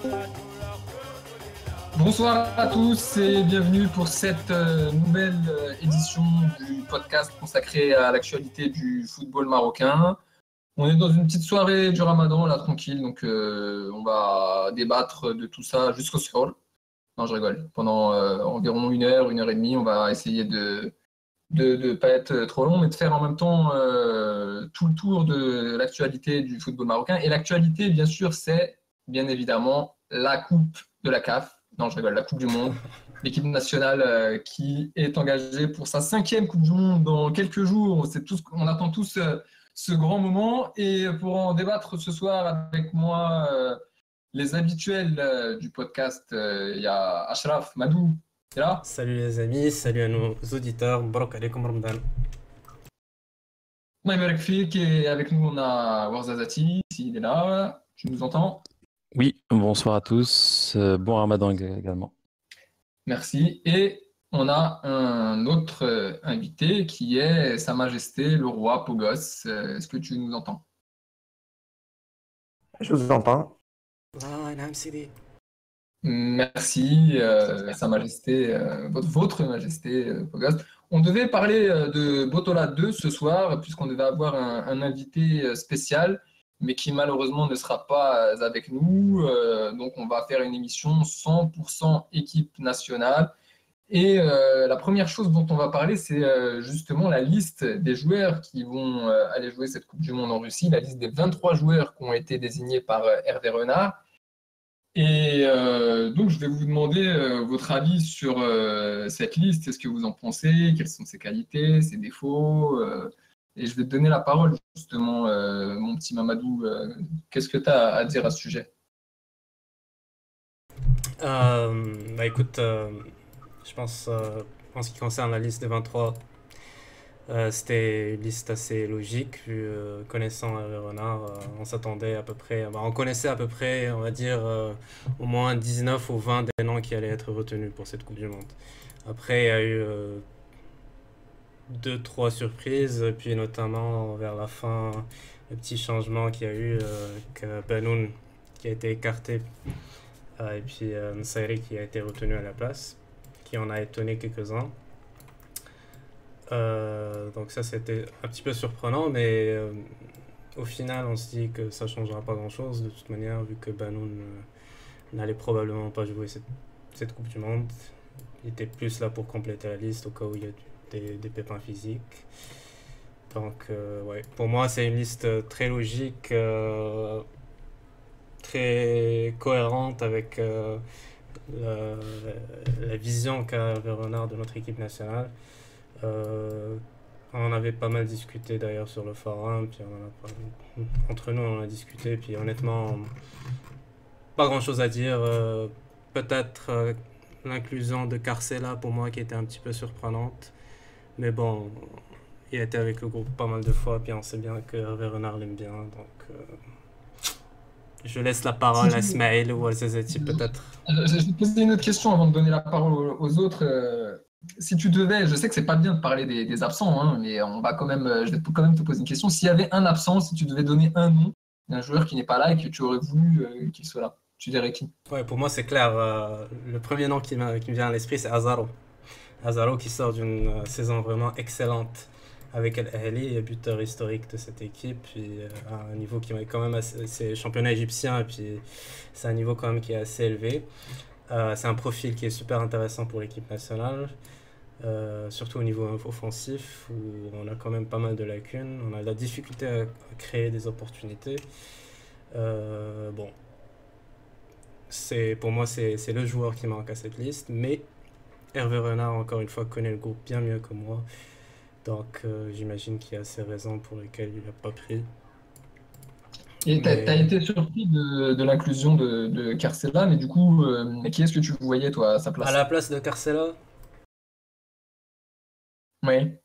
Bonsoir à tous et bienvenue pour cette nouvelle édition du podcast consacré à l'actualité du football marocain. On est dans une petite soirée du Ramadan, là, tranquille, donc on va débattre de tout ça jusqu'au soir. Non, je rigole. Pendant environ une heure et demie, on va essayer de pas être trop long, mais de faire en même temps tout le tour de l'actualité du football marocain. Et l'actualité, bien sûr, c'est bien évidemment la Coupe de la CAF. Non, je rigole, la Coupe du Monde. L'équipe nationale qui est engagée pour sa 5e Coupe du Monde dans quelques jours. On attend tous ce grand moment. Et pour en débattre ce soir avec moi, les habituels du podcast, il y a Ashraf, Madou, t'es là? Salut les amis, salut à nos auditeurs, Barak alaikum Ramadan. Maïm Fik et avec nous on a Warzazati, s'il est là, tu nous entends? Oui, bonsoir à tous. Bon Ramadan également. Merci. Et on a un autre invité qui est Sa Majesté le Roi Pogos. Est-ce que tu nous entends? Je vous entends. Merci, Sa Majesté, votre Majesté Pogos. On devait parler de Botola 2 ce soir, puisqu'on devait avoir un invité spécial, mais qui malheureusement ne sera pas avec nous. Donc on va faire une émission 100% équipe nationale. Et la première chose dont on va parler, c'est justement la liste des joueurs qui vont aller jouer cette Coupe du Monde en Russie, la liste des 23 joueurs qui ont été désignés par Hervé Renard. Et donc, je vais vous demander votre avis sur cette liste. Est-ce que vous en pensez? Quelles sont ses qualités, ses défauts? Et je vais te donner la parole, justement, mon petit Mamadou. Qu'est-ce que tu as à dire à ce sujet? Écoute, je pense en ce qui concerne la liste des 23, c'était une liste assez logique, vu connaissant Hervé Renard, on s'attendait à peu près, on connaissait à peu près, on va dire, au moins 19 ou 20 des noms qui allaient être retenus pour cette Coupe du Monde. Après, il y a eu 2-3 surprises, puis notamment vers la fin, le petit changement qu'il y a eu, que Benoun qui a été écarté, et puis Nsairi qui a été retenu à la place, qui en a étonné quelques-uns. Donc ça c'était un petit peu surprenant, mais au final on se dit que ça changera pas grand chose de toute manière, vu que Banoun n'allait probablement pas jouer cette Coupe du Monde. Il était plus là pour compléter la liste au cas où il y a des pépins physiques. Donc ouais, pour moi c'est une liste très logique, très cohérente avec la vision qu'a Hervé Renard de notre équipe nationale. On avait pas mal discuté d'ailleurs sur le forum, puis entre nous on a discuté, puis honnêtement pas grand chose à dire. Peut-être l'inclusion de Carcela pour moi qui était un petit peu surprenante, mais bon, il a été avec le groupe pas mal de fois, puis on sait bien que Hervé Renard l'aime bien, donc je laisse la parole à Ismaël ou à Zazati peut-être. Je vais te poser une autre question avant de donner la parole aux autres. Si tu devais, je sais que c'est pas bien de parler des absents, hein, mais on va quand même, je vais quand même te poser une question. S'il y avait un absent, si tu devais donner un nom d'un joueur qui n'est pas là et que tu aurais voulu qu'il soit là, tu dirais qui? Ouais, pour moi c'est clair. Le premier nom qui me vient à l'esprit c'est Azaro. Azaro qui sort d'une saison vraiment excellente avec El Ahly, buteur historique de cette équipe, puis à un niveau qui est quand même c'est championnat égyptien, et puis c'est un niveau quand même qui est assez élevé. C'est un profil qui est super intéressant pour l'équipe nationale, surtout au niveau offensif, où on a quand même pas mal de lacunes, on a de la difficulté à créer des opportunités. Bon, pour moi c'est le joueur qui manque à cette liste, mais Hervé Renard encore une fois connaît le groupe bien mieux que moi, donc j'imagine qu'il y a ces raisons pour lesquelles il n'a pas pris. Et tu as été surpris de l'inclusion de Carcela, mais du coup, qui est-ce que tu voyais, toi, à sa place? À la place de Carcela? Oui.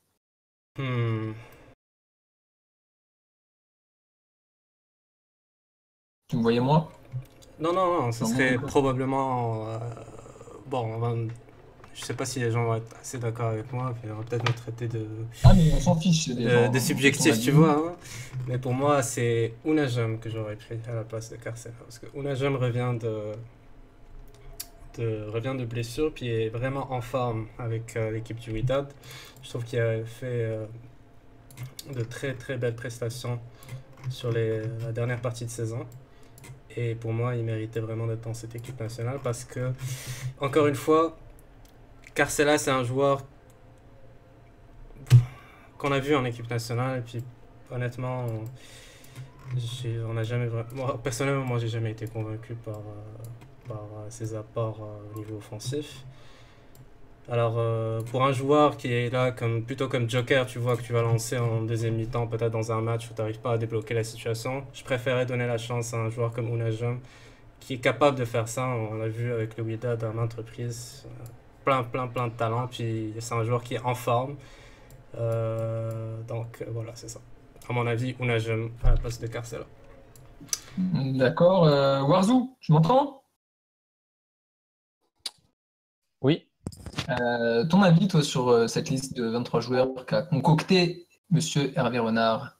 Tu me voyais moi? Non, ce serait probablement... bon, je sais pas si les gens vont être assez d'accord avec moi, puis on va peut-être me traiter Ah, mais on s'en fiche, c'est des gens. de subjectif, tu vois. Hein. Mais pour moi, c'est Unajam que j'aurais pris à la place de Carcela. Parce que Unajam revient de blessure, puis est vraiment en forme avec l'équipe du Wydad. Je trouve qu'il a fait de très très belles prestations sur la dernière partie de saison. Et pour moi, il méritait vraiment d'être dans cette équipe nationale parce que, encore une fois, Carcela, c'est un joueur qu'on a vu en équipe nationale. Et puis, honnêtement, on n'a jamais vraiment. Moi, personnellement, moi, j'ai jamais été convaincu par ses apports au niveau offensif. Alors, pour un joueur qui est là plutôt comme joker, tu vois, que tu vas lancer en deuxième mi-temps, peut-être dans un match où tu n'arrives pas à débloquer la situation, je préférais donner la chance à un joueur comme Unajam qui est capable de faire ça. On l'a vu avec le Wydad à maintes reprises. Plein de talent. Puis c'est un joueur qui est en forme. Donc voilà, c'est ça. À mon avis, Unajam à la place de Carcela. D'accord. Warzou, tu m'entends? Oui. Ton avis, toi, sur cette liste de 23 joueurs qu'a concocté Monsieur Hervé Renard?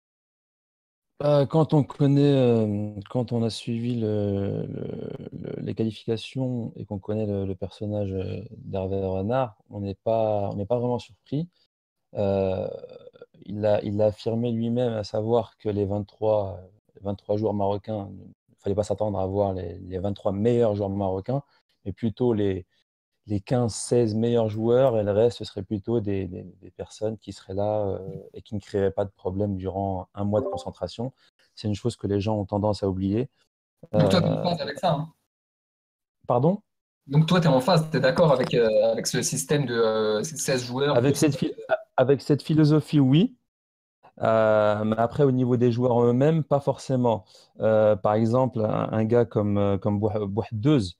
Quand on a suivi les qualifications et qu'on connaît le personnage d'Hervé Renard, on n'est pas vraiment surpris. Euh, il l'a affirmé lui-même, à savoir que les 23 joueurs marocains, il ne fallait pas s'attendre à voir les 23 meilleurs joueurs marocains, mais plutôt les 15-16 meilleurs joueurs, et le reste, ce serait plutôt des personnes qui seraient là et qui ne créeraient pas de problème durant un mois de concentration. C'est une chose que les gens ont tendance à oublier. Donc toi, tu es en Euh, phase avec ça, hein. Pardon? Donc toi, tu es en phase, tu es d'accord avec ce système de 16 joueurs Avec avec cette philosophie, oui. Mais après, au niveau des joueurs eux-mêmes, pas forcément. Par exemple, un gars comme Bouhaddeuz,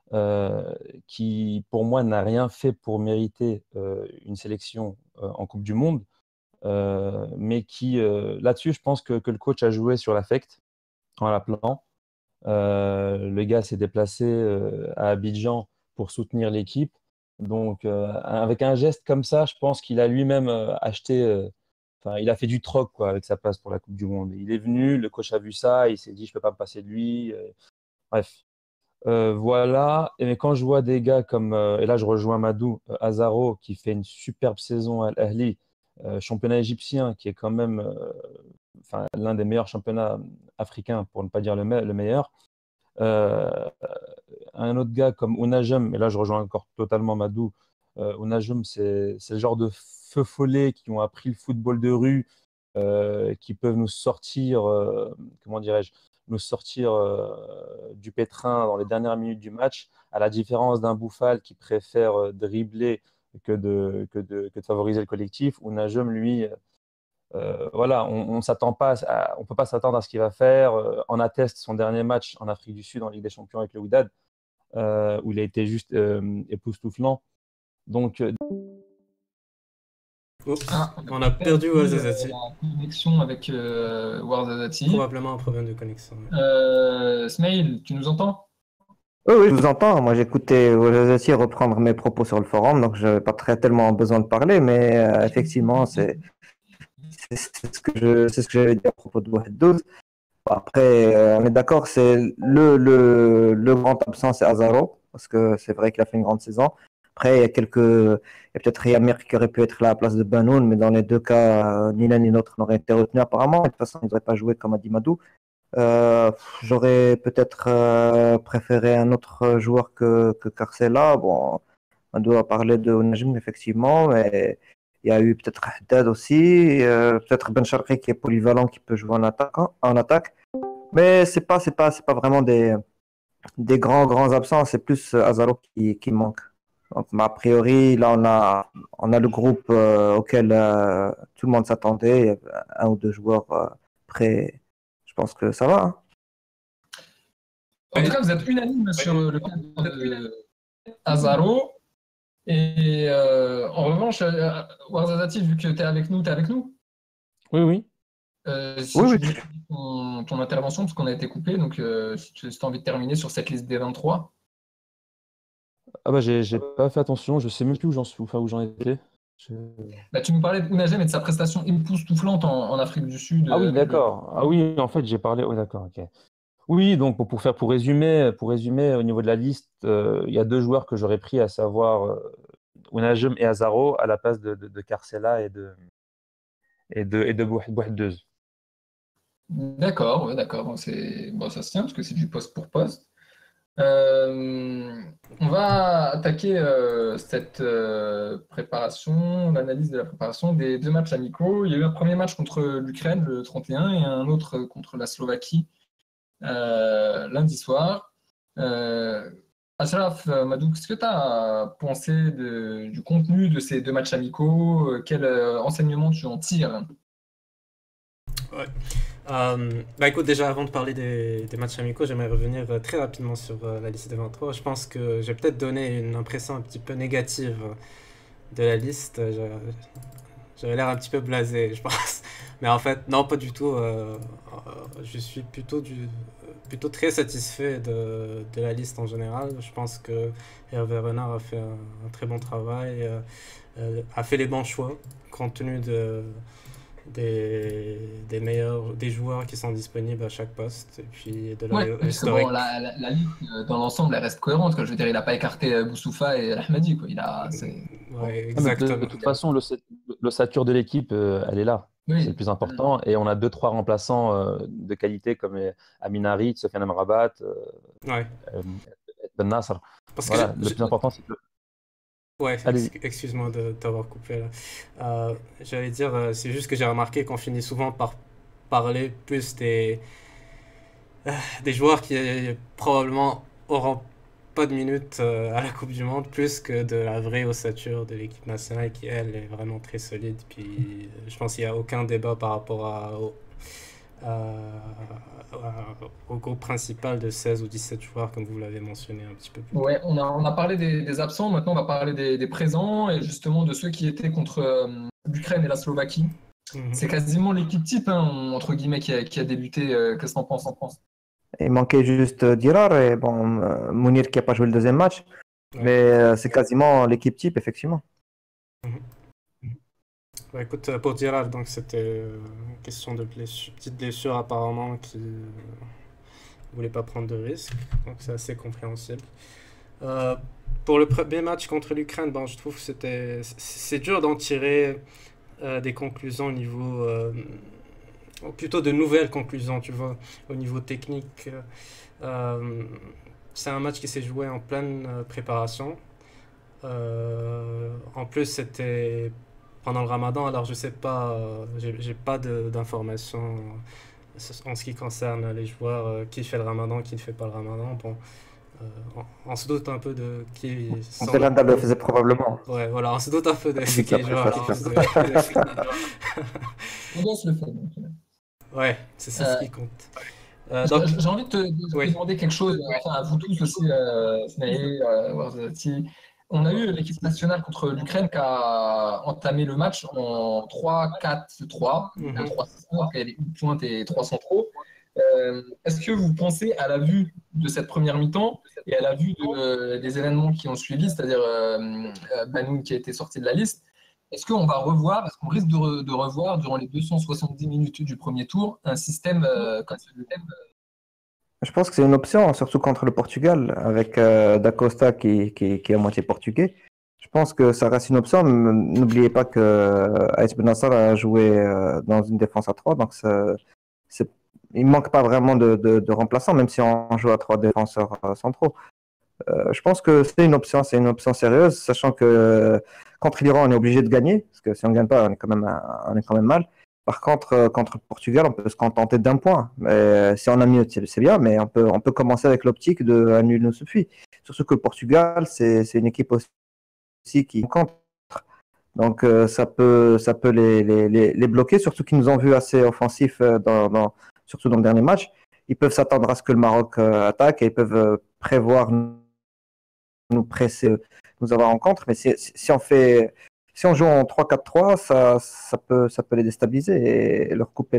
qui, pour moi, n'a rien fait pour mériter une sélection en Coupe du Monde, mais qui, là-dessus, je pense que le coach a joué sur l'affect en l'appelant. Le gars s'est déplacé à Abidjan pour soutenir l'équipe. Donc, avec un geste comme ça, je pense qu'il a lui-même acheté, enfin, il a fait du troc quoi, avec sa place pour la Coupe du Monde. Il est venu, le coach a vu ça, il s'est dit, je ne peux pas me passer de lui. Bref. Voilà. Et quand je vois des gars comme, et là je rejoins Madou, Azaro, qui fait une superbe saison à l'Ahli, championnat égyptien, qui est quand même enfin, l'un des meilleurs championnats africains, pour ne pas dire le meilleur. Euh, un autre gars comme Unajam, et là je rejoins encore totalement Madou, Unajam, c'est le genre de feu follet qui ont appris le football de rue, qui peuvent nous sortir, comment dirais-je, nous sortir du pétrin dans les dernières minutes du match, à la différence d'un Bouffal qui préfère dribbler que de favoriser le collectif. Unajam, lui, voilà, on s'attend pas on peut pas s'attendre à ce qu'il va faire. On atteste son dernier match en Afrique du Sud en Ligue des Champions avec le Wydad, où il a été juste époustouflant. Donc, Oups, Ah, on a perdu Ouazzazati. la connexion avec Warzazati. Probablement un problème de connexion. Smail, tu nous entends? Oui, oui, je vous entends. Moi, j'écoutais Ouazzazati reprendre mes propos sur le forum, donc je n'avais pas tellement besoin de parler, mais effectivement, c'est ce que j'avais dit à propos de Wahed 12. Après, on est d'accord, c'est le grand absent, c'est Azaro, parce que c'est vrai qu'il a fait une grande saison. Après, il y a peut-être Yamir qui aurait pu être là à la place de Banoun, mais dans les deux cas, ni l'un ni l'autre n'aurait été retenu apparemment. De toute façon, il n'aurait pas joué comme a dit Madou. Euh, J'aurais peut-être préféré un autre joueur que Carcela. Bon, Madou a parlé de Najm, effectivement, mais il y a eu peut-être Haddad aussi, peut-être Ben Charqui qui est polyvalent, qui peut jouer en attaque. Mais c'est pas vraiment des grands absents, c'est plus Azaro qui manque. Donc, mais a priori, là, on a le groupe auquel tout le monde s'attendait. Il y avait un ou deux joueurs prêts. Je pense que ça va, hein. En tout cas, vous êtes unanime sur le cas de Azaro. Et en revanche, Warzazati, vu que tu es avec nous, tu es avec nous. oui, oui. Si Oui, tu oui. veux ton intervention, parce qu'on a été coupé, donc si tu as envie de terminer sur cette liste des 23. Ah bah j'ai pas fait attention, je sais même plus où j'en suis, enfin où j'en étais. Je- Bah, tu nous parlais de Unagem et de sa prestation époustouflante en Afrique du Sud Ah oui, avec le. d'accord. Ah oui, en fait j'ai parlé. Oui, d'accord, ok. Oui, donc pour résumer, au niveau de la liste, il y a deux joueurs que j'aurais pris, à savoir Ounajem et Azaro, à la place de Carcela et de Bouhaddeuz. D'accord, ouais, d'accord. Bon, ça se tient parce que c'est du poste pour poste. Euh, on va attaquer cette préparation, l'analyse de la préparation des deux matchs amicaux. Il y a eu un premier match contre l'Ukraine le 31 et un autre contre la Slovaquie lundi soir. Euh, Achraf, Madouk, qu'est-ce que tu as pensé du contenu de ces deux matchs amicaux? Quel enseignement tu en tires? Ouais. Bah écoute, déjà avant de parler des matchs amicaux, j'aimerais revenir très rapidement sur la liste des 23. Je pense que j'ai peut-être donné une impression un petit peu négative de la liste. J'avais l'air un petit peu blasé, je pense. Mais en fait, non, pas du tout. Je suis plutôt très satisfait de la liste en général. Je pense que Hervé Renard a fait un très bon travail, a fait les bons choix, compte tenu des meilleurs, des joueurs qui sont disponibles à chaque poste, et puis de Ouais, leur parce que bon, historique. la liste dans l'ensemble, elle reste cohérente, quoi. Je veux dire, il n'a pas écarté Boussoufa et Ahmadi, quoi. Bon. Ouais, Ah, mais de exactement. toute façon, l'ossature de l'équipe, elle est là. C'est le Oui. plus important. Et on a deux, trois remplaçants de qualité comme Amin Harit, Sofiane Amrabat, Ouais. euh, Ben Nasser. Parce que Voilà, le plus important, c'est que. ouais, Allez-y. excuse-moi de t'avoir coupé là. J'allais dire, c'est juste que j'ai remarqué qu'on finit souvent par parler plus des joueurs qui probablement auront pas de minutes à la Coupe du Monde, plus que de la vraie ossature de l'équipe nationale qui, elle, est vraiment très solide. Puis je pense qu'il n'y a aucun débat par rapport au groupe principal de 16 ou 17 joueurs, comme vous l'avez mentionné un petit peu plus tôt. Ouais, on a parlé des absents, maintenant on va parler des présents et justement de ceux qui étaient contre l'Ukraine et la Slovaquie. Mhm. C'est quasiment l'équipe type, hein, entre guillemets, qui a débuté. Qu'est-ce que t'en penses en France? Il manquait juste Dirar et bon, Mounir qui n'a pas joué le deuxième match. Ouais. Mais c'est quasiment l'équipe type, effectivement. Mhm. Bah, écoute, pour Girard, donc c'était une question de blessure, petite blessure apparemment qui voulait pas prendre de risque, donc c'est assez compréhensible. Euh, pour le premier match contre l'Ukraine, bon, je trouve que c'est dur d'en tirer des conclusions au niveau, plutôt de nouvelles conclusions, tu vois, au niveau technique. Euh, c'est un match qui s'est joué en pleine préparation. En plus, c'était pendant le Ramadan, alors je sais pas, j'ai pas d'informations en ce qui concerne les joueurs, qui fait le Ramadan, qui ne fait pas le Ramadan. Bon, on se doute un peu de qui sont Belhanda le faisait probablement, ouais, voilà, on se doute un peu de vu qui qu'il a est pris le joueur qui face. On doit se le faire. ouais, c'est ce Euh, qui compte. Donc, j'ai envie de te oui. demander quelque chose, enfin à vous tous aussi, Ismaël, Warzati. On a eu l'équipe nationale contre l'Ukraine qui a entamé le match en 3-4-3, donc Mhm. 3-6-1, il y avait une pointe et trois centraux. Est-ce que vous pensez, à la vue de cette première mi-temps et à la vue des événements qui ont suivi, c'est-à-dire Banoun qui a été sorti de la liste, est-ce qu'on risque de revoir durant les 270 minutes du premier tour un système comme celui-là? Je pense que c'est une option, surtout contre le Portugal, avec Da Costa qui est à moitié portugais. Je pense que ça reste une option. N'oubliez pas que AS Benassar a joué dans une défense à 3, donc c'est- il ne manque pas vraiment de remplaçants, même si on joue à 3 défenseurs centraux. Je pense que c'est une option sérieuse, sachant que contre l'Iran, on est obligé de gagner, parce que si on ne gagne pas, on est quand même mal. Par contre, contre le Portugal, on peut se contenter d'un point. Si on a mieux, c'est bien, mais on peut commencer avec l'optique de un nul nous suffit. Surtout que le Portugal, c'est une équipe aussi qui compte. Donc, ça peut les bloquer, surtout qu'ils nous ont vu assez offensifs, surtout dans le dernier match. Ils peuvent s'attendre à ce que le Maroc attaque et ils peuvent prévoir nous presser, nous avoir en contre. Mais si on joue en 3-4-3, ça peut les déstabiliser et leur couper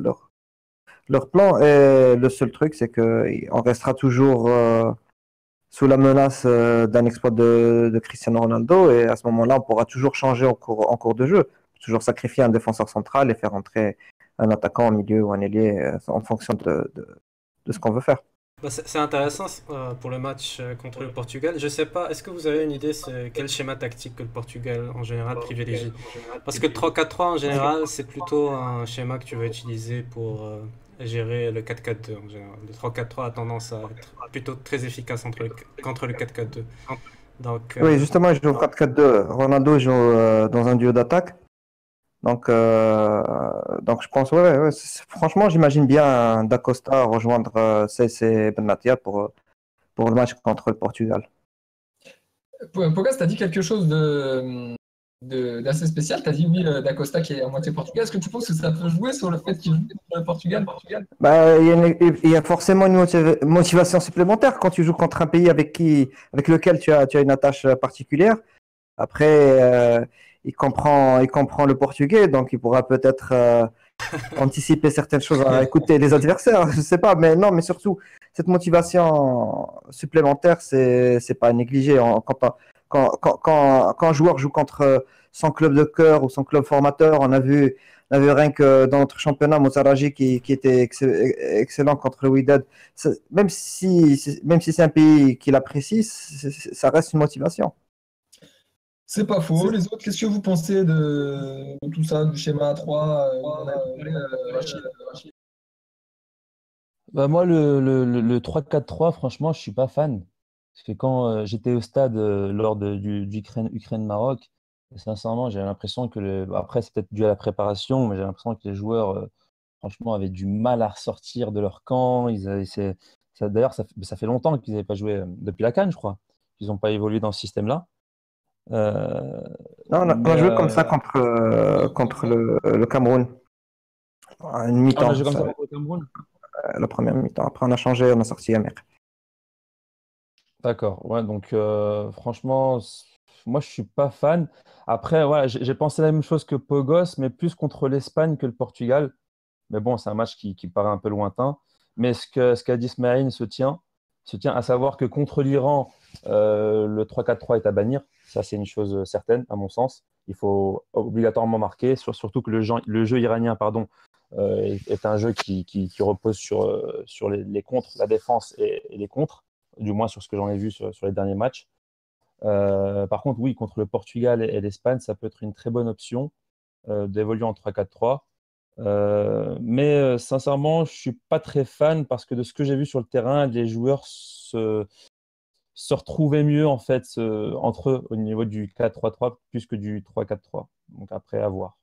leur plan. Et le seul truc, c'est qu'on restera toujours sous la menace d'un exploit de Cristiano Ronaldo. Et à ce moment-là, on pourra toujours changer en cours de jeu. Toujours sacrifier un défenseur central et faire entrer un attaquant au milieu ou un ailier en fonction de ce qu'on veut faire. Bah, c'est intéressant pour le match contre le Portugal. Je sais pas, est-ce que vous avez une idée quel schéma tactique que le Portugal en général privilégie? Parce que le 3-4-3 en général, c'est plutôt un schéma que tu vas utiliser pour gérer le 4-4-2 en général. Le 3-4-3 a tendance à être plutôt très efficace contre le 4-4-2. Donc, Oui, justement, il joue au 4-4-2. Ronaldo joue dans un duo d'attaque. Donc je pense, franchement, j'imagine bien D'Acosta rejoindre CC Benatia pour le match contre le Portugal. Pogas, tu as dit quelque chose d'assez spécial. Tu as dit oui, D'Acosta qui est à moitié portugais. Est-ce que tu penses que ça peut jouer sur le fait qu'il joue pour le Portugal? Bah, il y a forcément une motivation supplémentaire quand tu joues contre un pays avec lequel tu as une attache particulière. Après, il comprend le portugais, donc il pourra peut-être anticiper certaines choses à écouter les adversaires, je sais pas, mais non, mais surtout cette motivation supplémentaire, c'est pas à négliger. Quand un joueur joue contre son club de cœur ou son club formateur, on a vu rien que dans notre championnat, Mozaraji qui était excellent contre le Wydad. Même si c'est un pays qu'il apprécie, ça reste une motivation. C'est pas faux. Les autres, qu'est-ce que vous pensez de tout ça, du schéma 3 on a parlé, Rachid. Bah, moi, le 3-4-3, franchement, je suis pas fan. Parce que quand j'étais au stade lors du Ukraine-Maroc, sincèrement, j'ai l'impression que après, c'est peut-être dû à la préparation, mais j'ai l'impression que les joueurs, franchement, avaient du mal à ressortir de leur camp. D'ailleurs, ça fait longtemps qu'ils n'avaient pas joué depuis la CAN, je crois. Ils n'ont pas évolué dans ce système-là. Non, on a joué comme ça contre le Cameroun. Une mi-temps. on a joué comme ça contre le Cameroun. La première mi-temps. Après, on a changé, on a sorti Amir. D'accord. Ouais, donc franchement, moi, je suis pas fan. Après, voilà, j'ai pensé la même chose que Pogos, mais plus contre l'Espagne que le Portugal. Mais bon, c'est un match qui paraît un peu lointain. Mais ce qu'a dit Smaïn se tient, à savoir que contre l'Iran, le 3-4-3 est à bannir. Ça, c'est une chose certaine, à mon sens. Il faut obligatoirement marquer, surtout que le jeu iranien, pardon, est un jeu qui repose sur les contres, la défense et les contres, du moins sur ce que j'en ai vu sur les derniers matchs. Par contre, oui, contre le Portugal et l'Espagne, ça peut être une très bonne option d'évoluer en 3-4-3. Mais sincèrement, je ne suis pas très fan parce que de ce que j'ai vu sur le terrain, les joueurs se retrouvaient mieux en fait entre eux au niveau du 4-3-3 plus que du 3-4-3. Donc après, à voir.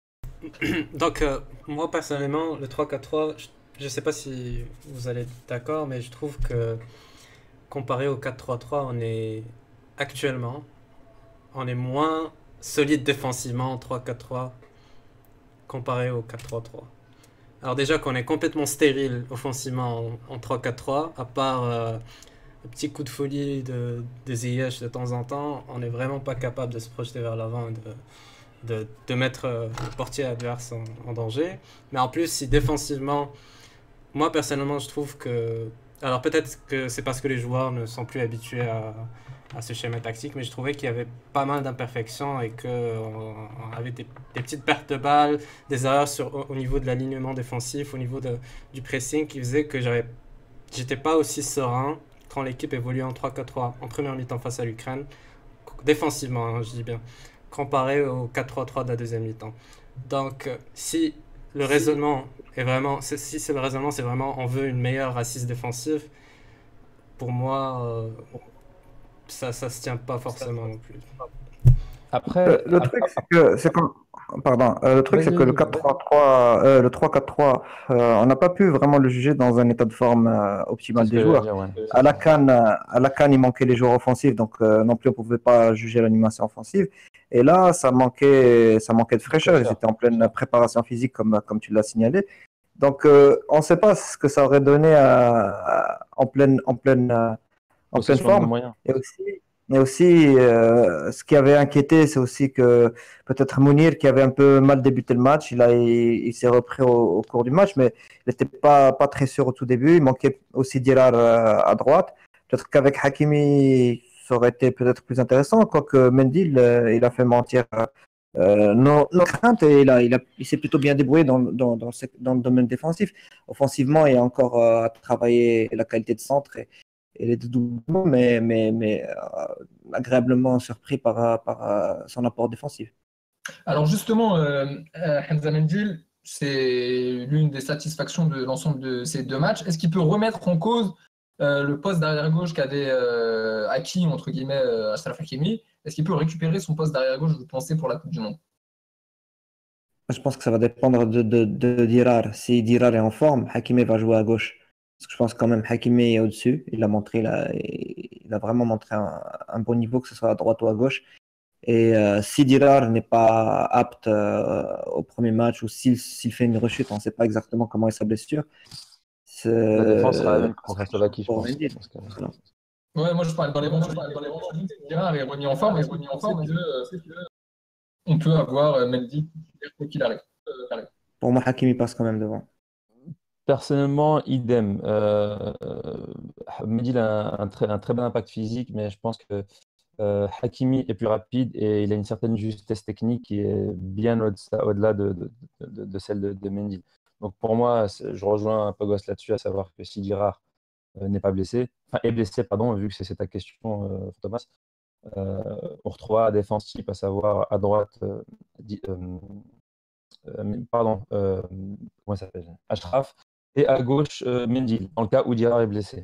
Donc, moi personnellement, le 3-4-3, je ne sais pas si vous allez être d'accord, mais je trouve que comparé au 4-3-3, actuellement, on est moins solide défensivement en 3-4-3 comparé au 4-3-3. Alors déjà qu'on est complètement stérile offensivement en 3-4-3, à part un petit coup de folie de Ziyech de temps en temps, on n'est vraiment pas capable de se projeter vers l'avant et de mettre le portier adverse en danger. Mais en plus, si défensivement, moi personnellement, je trouve que... Alors peut-être que c'est parce que les joueurs ne sont plus habitués à ce schéma tactique, mais je trouvais qu'il y avait pas mal d'imperfections et qu'on avait des petites pertes de balles, des erreurs au niveau de l'alignement défensif, au niveau du pressing qui faisait que j'étais pas aussi serein quand l'équipe évoluait en 3-4-3 en première mi-temps face à l'Ukraine, défensivement, hein, je dis bien, comparé au 4-3-3 de la deuxième mi-temps. Donc si le raisonnement est vraiment, si le raisonnement c'est vraiment on veut une meilleure assise défensive, pour moi ça se tient pas forcément non plus. Après, le truc c'est que le 4-3-3, le 3-4-3, on n'a pas pu vraiment le juger dans un état de forme optimal des joueurs. Ouais. À la CAN, il manquait les joueurs offensifs, donc non plus on pouvait pas juger l'animation offensive. Et là, ça manquait de fraîcheur. Ils étaient en pleine préparation physique, comme tu l'as signalé. Donc, on ne sait pas ce que ça aurait donné en pleine forme. Mais aussi, ce qui avait inquiété, c'est aussi que peut-être Mounir, qui avait un peu mal débuté le match, il s'est repris au cours du match, mais il n'était pas très sûr au tout début. Il manquait aussi Dirar à droite. Peut-être qu'avec Hakimi, ça aurait été peut-être plus intéressant, quoique Mendy, il a fait mentir nos craintes et il s'est plutôt bien débrouillé dans le domaine défensif. Offensivement, il y a encore à travailler la qualité de centre et les dédoublements, mais agréablement surpris par son apport défensif. Alors justement, Hamza Mendil, c'est l'une des satisfactions de l'ensemble de ces deux matchs. Est-ce qu'il peut remettre en cause le poste d'arrière-gauche qu'avait acquis, entre guillemets, Achraf Hakimi? Est-ce qu'il peut récupérer son poste d'arrière-gauche, vous pensez, pour la Coupe du Monde? Je pense que ça va dépendre de Dirar. Si Dirar est en forme, Hakimi va jouer à gauche. Parce que je pense quand même Hakimi est au-dessus. Il a vraiment montré un bon niveau, que ce soit à droite ou à gauche. Et si Dirar n'est pas apte au premier match ou s'il fait une rechute, on ne sait pas exactement comment est sa blessure. La défense sera la même contre la Slovaquie, je pense. Ouais, moi je parle dans les bons Dirar est remis en forme, on peut avoir Mendy quoi qu'il arrive. Pour moi, Hakimi passe quand même devant. Personnellement, idem. Mendy a un très bon impact physique, mais je pense que Hakimi est plus rapide et il a une certaine justesse technique qui est bien au-delà de celle de Mendy. Donc pour moi, je rejoins Pagos là-dessus, à savoir que si Girard n'est pas blessé, enfin est blessé, pardon, vu que c'est ta question, Thomas, on retrouvera la défense type, à savoir à droite, comment il s'appelle? Achraf, et à gauche, Mendy, dans le cas où Girard est blessé.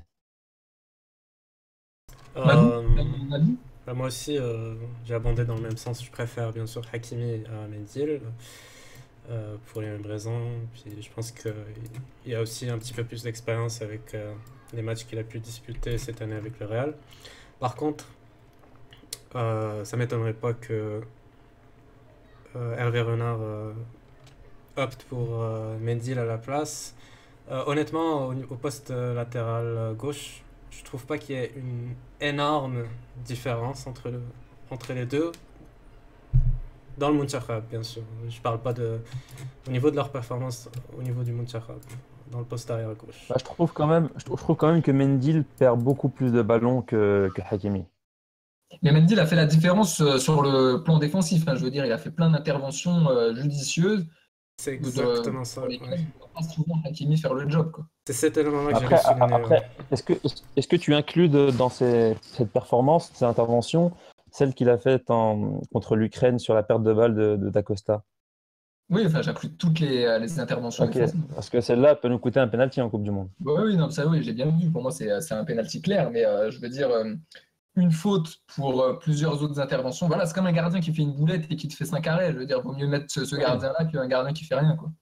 Moi aussi, j'ai abondé dans le même sens. Je préfère bien sûr Hakimi à Mendy pour les mêmes raisons. Puis je pense qu'il y a aussi un petit peu plus d'expérience avec les matchs qu'il a pu disputer cette année avec le Real. Par contre, ça m'étonnerait pas que Hervé Renard opte pour Mendy à la place. Honnêtement, au poste latéral gauche, je trouve pas qu'il y ait une énorme différence entre les deux. Dans le Muntakhab, bien sûr. Je parle pas au niveau de leur performance, au niveau du Muntakhab, dans le poste arrière gauche. Je trouve quand même que Mendy perd beaucoup plus de ballons que Hakimi. Mais Mendy a fait la différence sur le plan défensif. Je veux dire, il a fait plein d'interventions judicieuses. C'est exactement ça. Ouais. On va pas souvent Hakimi faire le job, quoi. C'est cet élément-là que j'allais souligner. Après, est-ce que tu inclus dans cette performance, ces interventions, celle qu'il a faite contre l'Ukraine sur la perte de balle de Dacosta? Oui, j'inclus toutes les interventions. Okay. Parce que celle-là peut nous coûter un penalty en Coupe du Monde. Oui, non, ça, oui, j'ai bien vu. Pour moi, c'est un penalty clair, mais je veux dire, une faute pour plusieurs autres interventions. Voilà, c'est comme un gardien qui fait une boulette et qui te fait 5 arrêts. Je veux dire, vaut mieux mettre ce gardien-là qu'un gardien qui fait rien, quoi.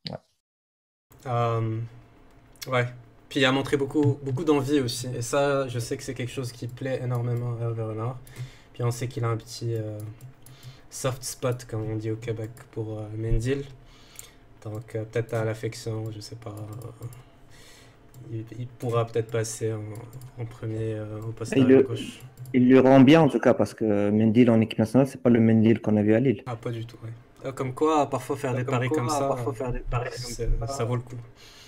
Ouais. Puis il a montré beaucoup d'envie aussi. Et ça, je sais que c'est quelque chose qui plaît énormément à Hervé Renard. Puis on sait qu'il a un petit soft spot, comme on dit au Québec, pour Mendy. Donc peut-être à l'affection, je sais pas. Il pourra peut-être passer en premier au poste à gauche. Il lui rend bien en tout cas, parce que Mendy en équipe nationale, c'est pas le Mendy qu'on a vu à Lille. Ah, pas du tout, ouais. Comme quoi, parfois faire des paris comme ça, ça vaut le coup.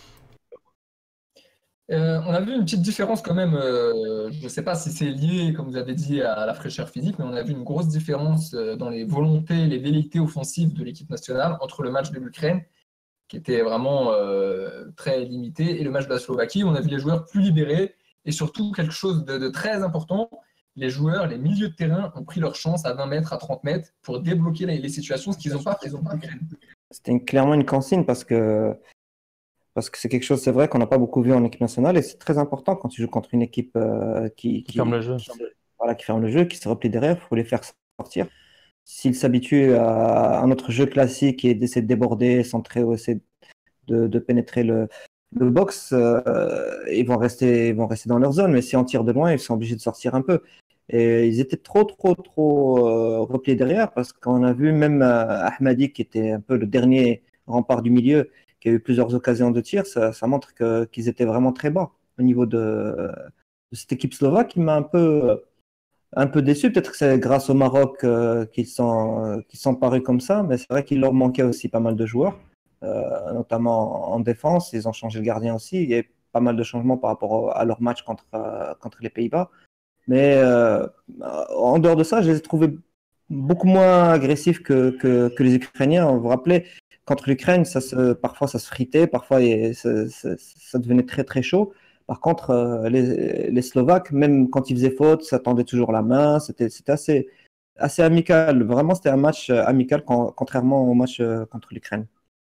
On a vu une petite différence quand même, je ne sais pas si c'est lié, comme vous avez dit, à la fraîcheur physique, mais on a vu une grosse différence dans les volontés, les velléités offensives de l'équipe nationale entre le match de l'Ukraine, qui était vraiment très limité, et le match de la Slovaquie. On a vu les joueurs plus libérés, et surtout quelque chose de très important, les joueurs, les milieux de terrain ont pris leur chance à 20 mètres, à 30 mètres, pour débloquer les situations, ce qu'ils n'ont pas fait en Ukraine. C'était clairement une consigne, parce que c'est quelque chose, c'est vrai, qu'on n'a pas beaucoup vu en équipe nationale, et c'est très important quand tu joues contre une équipe qui ferme le jeu. Voilà, qui ferme le jeu, qui se replie derrière, il faut les faire sortir. S'ils s'habituent à un autre jeu classique et d'essayer de déborder, centrer, ou essayer de pénétrer le box, ils vont rester dans leur zone, mais si on tire de loin, ils sont obligés de sortir un peu. Et ils étaient trop repliés derrière, parce qu'on a vu même Ahmadi, qui était un peu le dernier rempart du milieu, qui a eu plusieurs occasions de tir, ça montre qu'ils étaient vraiment très bas au niveau de cette équipe slovaque, qui m'a un peu déçu. Peut-être que c'est grâce au Maroc qu'ils sont parus comme ça, mais c'est vrai qu'il leur manquait aussi pas mal de joueurs, notamment en défense. Ils ont changé le gardien aussi, et pas mal de changements par rapport à leur match contre les Pays-Bas. Mais en dehors de ça, je les ai trouvés beaucoup moins agressifs que les Ukrainiens. Vous vous rappelez, contre l'Ukraine, parfois ça se fritait, parfois ça devenait très très chaud. Par contre, les Slovaques, même quand ils faisaient faute, ça tendait toujours la main. C'était assez amical. Vraiment, c'était un match amical, contrairement au match contre l'Ukraine.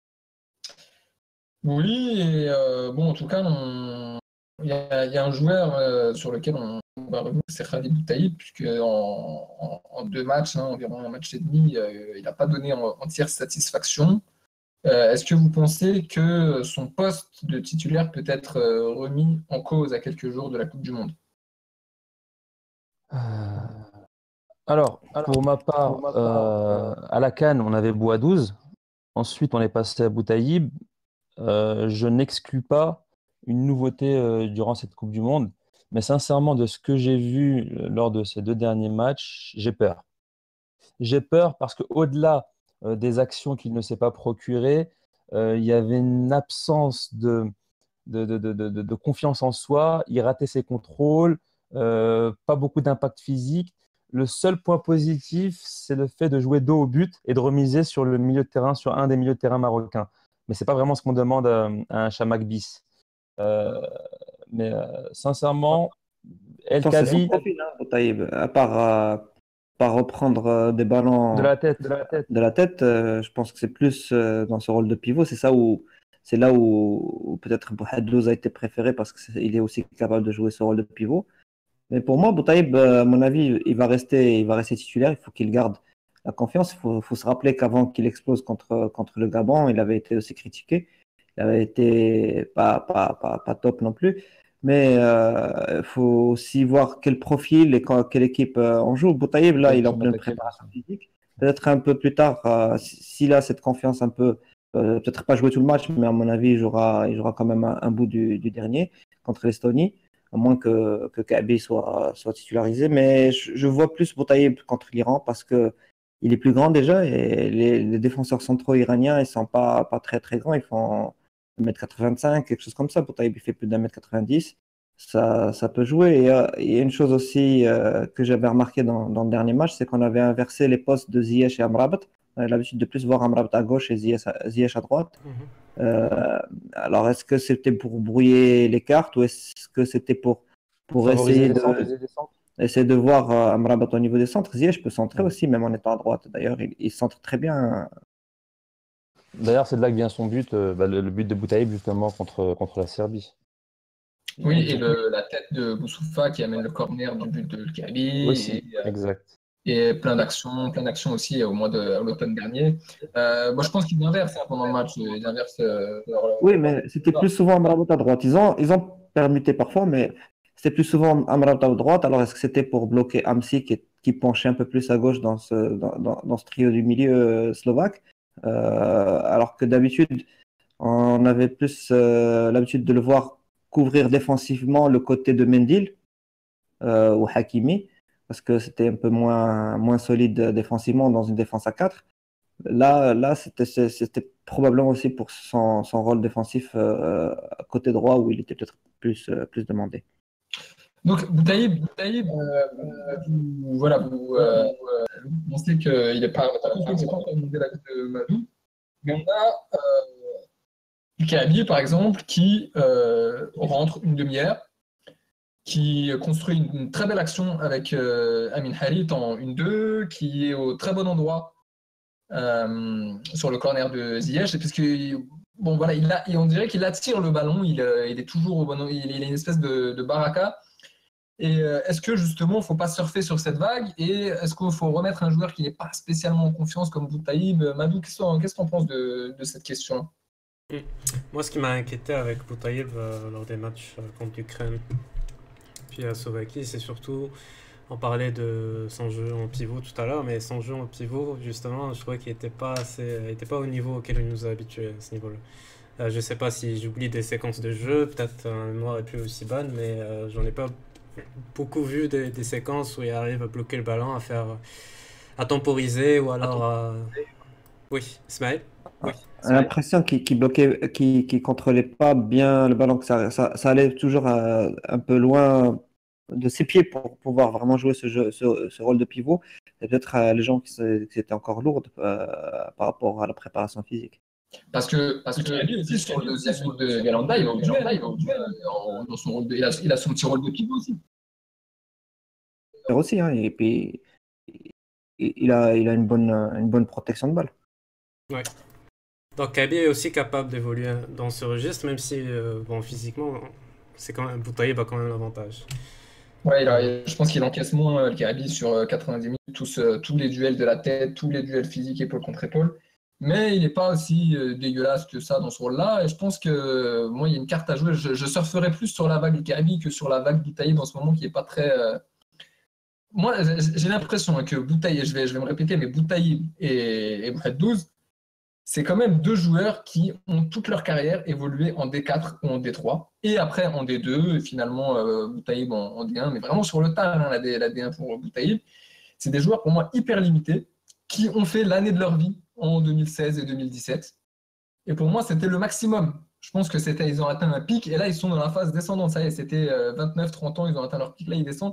Oui, et bon, en tout cas, il y a un joueur sur lequel on va revenir, c'est Khalid Boutaïb, puisque en 2 matchs, hein, environ un match et demi, il n'a pas donné entière satisfaction. Est-ce que vous pensez que son poste de titulaire peut être remis en cause à quelques jours de la Coupe du Monde? Euh, Alors, pour ma part, à la CAN, on avait Bouadouz. Ensuite, on est passé à Boutaïb. Je n'exclus pas une nouveauté durant cette Coupe du Monde. Mais sincèrement, de ce que j'ai vu lors de ces 2 derniers matchs, j'ai peur. J'ai peur parce qu'au-delà des actions qu'il ne s'est pas procurées, il y avait une absence de confiance en soi. Il ratait ses contrôles, pas beaucoup d'impact physique. Le seul point positif, c'est le fait de jouer dos au but et de remiser sur le milieu de terrain, sur un des milieux de terrain marocains. Mais ce n'est pas vraiment ce qu'on demande à un Chamakh bis. Euh, mais sincèrement, El Pourtant, c'est son Khabi, profil, hein, Boutaïb. À part reprendre des de ballons la tête. de la tête, je pense que c'est plus dans ce rôle de pivot. C'est là où peut-être Bouhadlouz a été préféré parce qu'il est aussi capable de jouer ce rôle de pivot. Mais pour moi, Boutaïb, à mon avis, il va rester titulaire. Il faut qu'il garde la confiance. Faut se rappeler qu'avant qu'il explose contre le Gabon, il avait été aussi critiqué. Il avait été pas top non plus. Mais il faut aussi voir quel profil et quelle équipe on joue. Boutaïb, là, il est en pleine préparation physique. Peut-être un peu plus tard, s'il a cette confiance un peu, peut-être pas jouer tout le match, mais à mon avis, il jouera quand même un bout du dernier contre l'Estonie, à moins que Kaabi soit titularisé. Mais je vois plus Boutaïb contre l'Iran parce que il est plus grand déjà et les défenseurs centraux iraniens, ils sont pas très très grands. Ils font 1m85, quelque chose comme ça. Boutaïb, il fait plus d'1m90. Ça peut jouer. Et il y a une chose aussi que j'avais remarqué dans le dernier match, c'est qu'on avait inversé les postes de Ziyech et Amrabat. On a l'habitude de plus voir Amrabat à gauche et Ziyech à droite. Alors, est-ce que c'était pour brouiller les cartes ou est-ce que c'était pour Favoriser essayer les centres. essayer de voir Amrabat au niveau des centres? Ziyech peut centrer aussi, même en étant à droite. D'ailleurs, il centre très bien. D'ailleurs, c'est de là que vient son but, le but de Boutaïb justement contre la Serbie. Oui, et la tête de Boussoufa qui amène le corner du but de Kaby, Aussi, exact. et plein d'actions aussi à l'automne dernier. Moi, je pense qu'ils inversent pendant le match. Ils inversent Oui, mais c'était plus souvent Amrabat à droite. Ils ont permuté parfois, mais c'était plus souvent Amrabat à droite. Alors, est-ce que c'était pour bloquer Hamsik qui penchait un peu plus à gauche dans ce trio du milieu slovaque? Alors que d'habitude, on avait plus l'habitude de le voir couvrir défensivement le côté de Mendil ou Hakimi, parce que c'était un peu moins solide défensivement dans une défense à 4. Là c'était probablement aussi pour son rôle défensif côté droit où il était peut-être plus demandé. Donc, Boutaïb, voilà, vous pensez qu'il n'est pas encore demandé l'avis de Madou, mais on a Kaby, par exemple, qui rentre une demi-heure, qui construit une très belle action avec Amin Harit en 1-2, qui est au très bon endroit sur le corner de Ziyech, puisque bon voilà, on dirait qu'il attire le ballon, il est toujours au bon, il a une espèce de baraka. Et est-ce que justement, il ne faut pas surfer sur cette vague et est-ce qu'il faut remettre un joueur qui n'est pas spécialement en confiance comme Boutaïb? Madou, qu'est-ce que tu en penses de cette question? Moi, ce qui m'a inquiété avec Boutaïb lors des matchs contre l'Ukraine puis la Slovaquie, c'est surtout, on parlait de son jeu en pivot tout à l'heure, mais son jeu en pivot, justement, je trouvais qu'il n'était pas au niveau auquel il nous a habitués à ce niveau-là. Je ne sais pas si j'oublie des séquences de jeu, peut-être ma mémoire est plus aussi bonne, mais j'en ai pas beaucoup vu des séquences où il arrive à bloquer le ballon, à temporiser ou alors à... Oui, Ismaël? Oui. l'impression qu'il bloquait, qu'il contrôlait pas bien le ballon, que ça allait toujours un peu loin de ses pieds pour pouvoir vraiment jouer ce rôle de pivot. Et peut-être les gens qui étaient encore lourdes par rapport à la préparation physique. Parce que lui aussi, sur le deuxième but de Galanda, il va au duel, dans son rôle il a son petit rôle de pivot aussi. Aussi, hein, et puis il a une bonne protection de balle. Ouais. Donc Kaby est aussi capable d'évoluer dans ce registre, même si bon, physiquement, c'est quand même Boutaïeb a quand même l'avantage. Ouais, je pense qu'il encaisse moins le Kaby sur 90 minutes, tous les duels de la tête, tous les duels physiques épaule contre épaule. Mais il n'est pas aussi dégueulasse que ça dans ce rôle-là. Et je pense que moi, il y a une carte à jouer. Je surferai plus sur la vague du Kaby que sur la vague Boutaïeb en ce moment, qui n'est pas très. Moi, j'ai l'impression que Boutaïeb, je vais me répéter, mais Boutaïeb et Brett 12, c'est quand même deux joueurs qui ont toute leur carrière évolué en D4 ou en D3, et après en D2, et finalement Boutaïeb en D1, mais vraiment sur le tard, hein, la D1 pour Boutaïeb. C'est des joueurs pour moi hyper limités, qui ont fait l'année de leur vie en 2016 et 2017. Et pour moi, c'était le maximum. Je pense que ils ont atteint un pic, et là, ils sont dans la phase descendante. Ça y est, c'était 29-30 ans, ils ont atteint leur pic, là, ils descendent.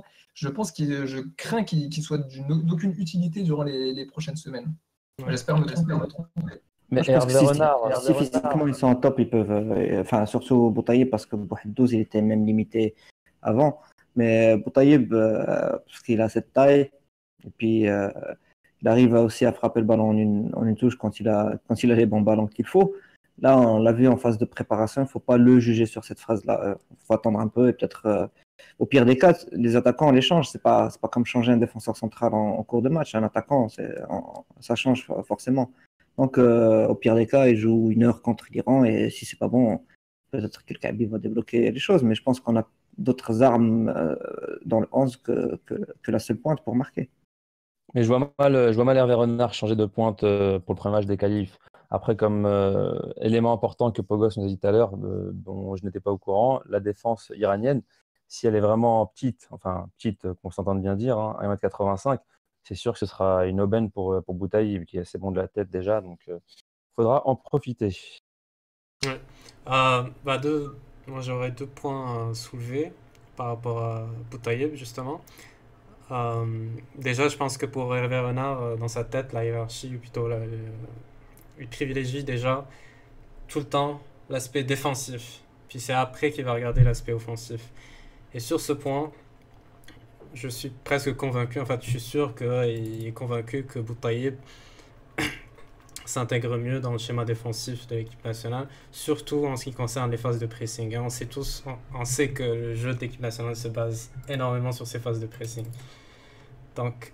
Je crains qu'ils soient d'aucune utilité durant les prochaines semaines. Ouais. J'espère me tromper. Mais je pense que Hervé si physiquement ils sont en top, ils peuvent. Enfin, surtout Boutaïeb, parce que Bouhed 12, il était même limité avant. Mais Boutaïeb, parce qu'il a cette taille, et puis il arrive aussi à frapper le ballon en une touche quand il a les bons ballons qu'il faut. Là, on l'a vu en phase de préparation, il ne faut pas le juger sur cette phase-là. Il faut attendre un peu et peut-être. Au pire des cas, les attaquants, on les change. C'est pas comme changer un défenseur central en cours de match. Un attaquant, ça change forcément. Donc, au pire des cas, il joue 1 heure contre l'Iran, et si c'est pas bon, peut-être que le Kaby va débloquer les choses. Mais je pense qu'on a d'autres armes dans le 11 que la seule pointe pour marquer. Mais je vois mal Hervé Renard changer de pointe pour le premier match des qualifs. Après, comme élément important que Pogos nous a dit tout à l'heure, dont je n'étais pas au courant, la défense iranienne, si elle est vraiment petite, qu'on s'entende bien dire, hein, 1m85, c'est sûr que ce sera une aubaine pour Boutaïeb, qui est assez bon de la tête déjà, donc il faudra en profiter. Ouais. Moi, j'aurais 2 points à soulever par rapport à Boutaïeb, justement. Déjà, je pense que pour Hervé Renard, dans sa tête, la hiérarchie, ou plutôt il privilégie déjà tout le temps l'aspect défensif. Puis c'est après qu'il va regarder l'aspect offensif. Et sur ce point, je suis presque convaincu, je suis sûr qu'il est convaincu que Boutaïeb s'intègre mieux dans le schéma défensif de l'équipe nationale, surtout en ce qui concerne les phases de pressing. On sait que le jeu de l'équipe nationale se base énormément sur ces phases de pressing. Donc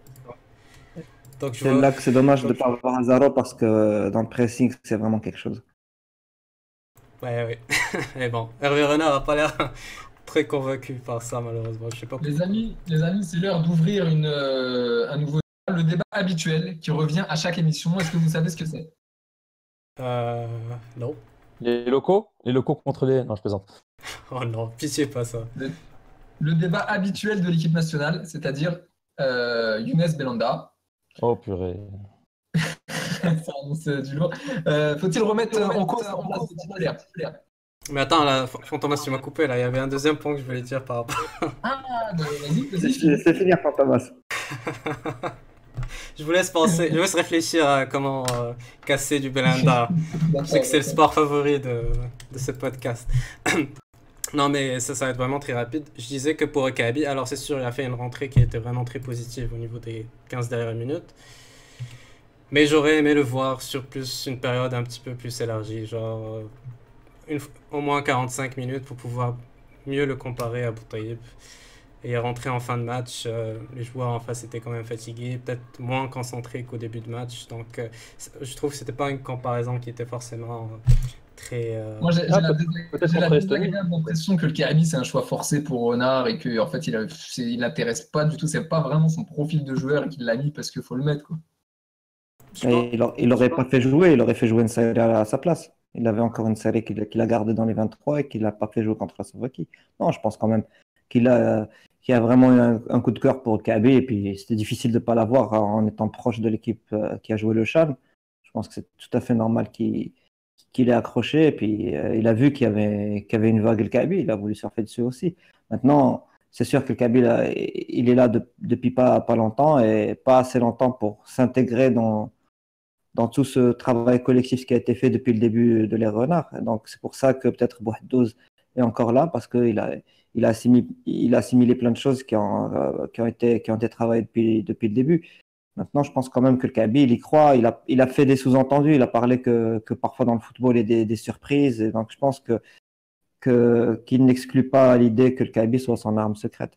c'est là que c'est dommage de ne pas avoir Azaro, parce que dans le pressing, c'est vraiment quelque chose. Ouais. Et bon, Hervé Renard n'a pas l'air très convaincu par ça, malheureusement. Je sais pas. Les amis, c'est l'heure d'ouvrir un nouveau débat, le débat habituel qui revient à chaque émission. Est-ce que vous savez ce que c'est? Non. Les locaux contre les... Non, je plaisante. Oh non, pitié pas ça. Le débat habituel de l'équipe nationale, c'est-à-dire Younes Belhanda. Oh purée. C'est du lourd. Faut-il remettre en cause en place de titulaire? Mais attends, là, Fantomas, tu m'as coupé, là. Il y avait un deuxième point que je voulais dire par rapport. Vas-y. C'est finir, Fantomas. Je vous laisse penser, je vous laisse réfléchir à comment casser du Belhanda. Je sais que c'est le sport favori de ce podcast. Non, mais ça va être vraiment très rapide. Je disais que pour Kaby, alors c'est sûr, il a fait une rentrée qui était vraiment très positive au niveau des 15 dernières minutes. Mais j'aurais aimé le voir sur une période un petit peu plus élargie, genre au moins 45 minutes pour pouvoir mieux le comparer à Boutaïeb. Et rentrer en fin de match, les joueurs en face étaient quand même fatigués, peut-être moins concentrés qu'au début de match. Donc je trouve que c'était pas une comparaison qui était forcément très... Moi j'ai la désagréable impression que le Kaby c'est un choix forcé pour Renard, et que en fait il l'intéresse pas du tout, c'est pas vraiment son profil de joueur, et qu'il l'a mis parce qu'il faut le mettre, quoi. Il n'aurait pas fait jouer, il aurait fait jouer une série à sa place. Il avait encore une série qu'il a gardée dans les 23 et qu'il n'a pas fait jouer contre la Slovaquie. Non, je pense quand même qu'il a vraiment eu un coup de cœur pour Kaby, et puis c'était difficile de ne pas l'avoir en étant proche de l'équipe qui a joué le CHAN. Je pense que c'est tout à fait normal qu'il ait accroché. Et puis, il a vu qu'il y avait une vague El Kaabi. Il a voulu surfer dessus aussi. Maintenant, c'est sûr que le Kaabi, il est là depuis pas longtemps et pas assez longtemps pour s'intégrer dans tout ce travail collectif qui a été fait depuis le début de l'ère Renard. Donc, c'est pour ça que peut-être Bouhaddouz est encore là, parce qu'il a assimilé plein de choses qui ont été travaillées depuis le début. Maintenant, je pense quand même que le Kaabi, il y croit. Il a fait des sous-entendus. Il a parlé que parfois dans le football, il y a des surprises. Et donc, je pense qu'il n'exclut pas l'idée que le Kaabi soit son arme secrète.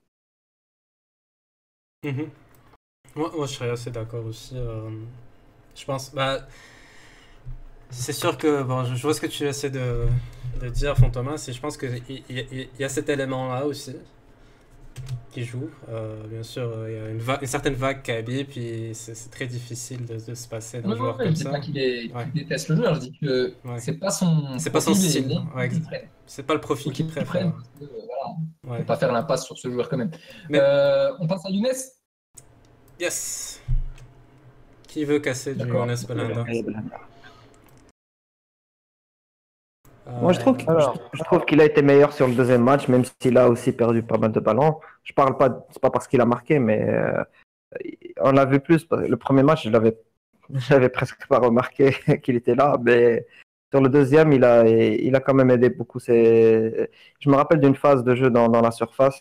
Mhm. Moi, je serais assez d'accord aussi. Je pense, c'est sûr que bon, je vois ce que tu essaies de dire, Fantomas, et je pense qu'il y a cet élément-là aussi qui joue. Bien sûr, il y a une certaine vague Kaby, puis c'est très difficile de se passer d'un joueur Je comme dis ça. pas qu'il Ouais. déteste le joueur, je dis que Ouais. c'est pas son C'est pas son profil et style. les Ouais, qu'il prenne. c'est pas le profil Ou qu'il qu'il préfère. prenne, parce que, voilà, on Ouais. peut pas faire l'impasse sur ce joueur quand même. Mais- On passe à Younes. Yes! Qui veut casser du D'accord. Younes Belhanda? Moi, je trouve, Alors. je trouve qu'il a été meilleur sur le deuxième match, même s'il a aussi perdu pas mal de ballons. Je parle pas, c'est pas parce qu'il a marqué, mais on l'a vu plus. Le premier match, je l'avais presque pas remarqué qu'il était là, mais sur le deuxième, il a quand même aidé beaucoup. Je me rappelle d'une phase de jeu dans la surface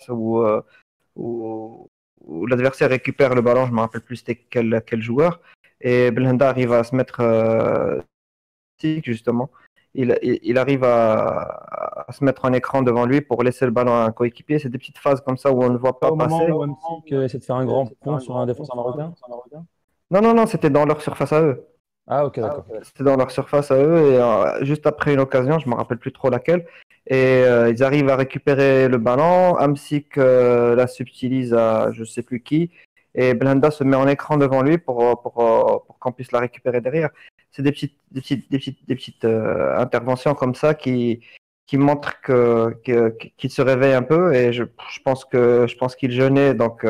où l'adversaire récupère le ballon, je me rappelle plus c'était quel joueur, et Belhanda arrive à se mettre justement. Il arrive à se mettre en écran devant lui pour laisser le ballon à un coéquipier. C'est des petites phases comme ça où on ne le voit Pas pas au moment passer. où Hamsik essaie de faire un grand pont sur un défenseur marocain? Non, c'était dans leur surface à eux. Ah, ok, d'accord. C'était dans leur surface à eux et juste après une occasion, je me rappelle plus trop laquelle, et ils arrivent à récupérer le ballon. Hamsik la subtilise à je sais plus qui et Blanda se met en écran devant lui pour qu'on puisse la récupérer derrière. C'est des petites interventions comme ça qui montrent qu'il se réveille un peu, et je pense qu'il jeûnait, donc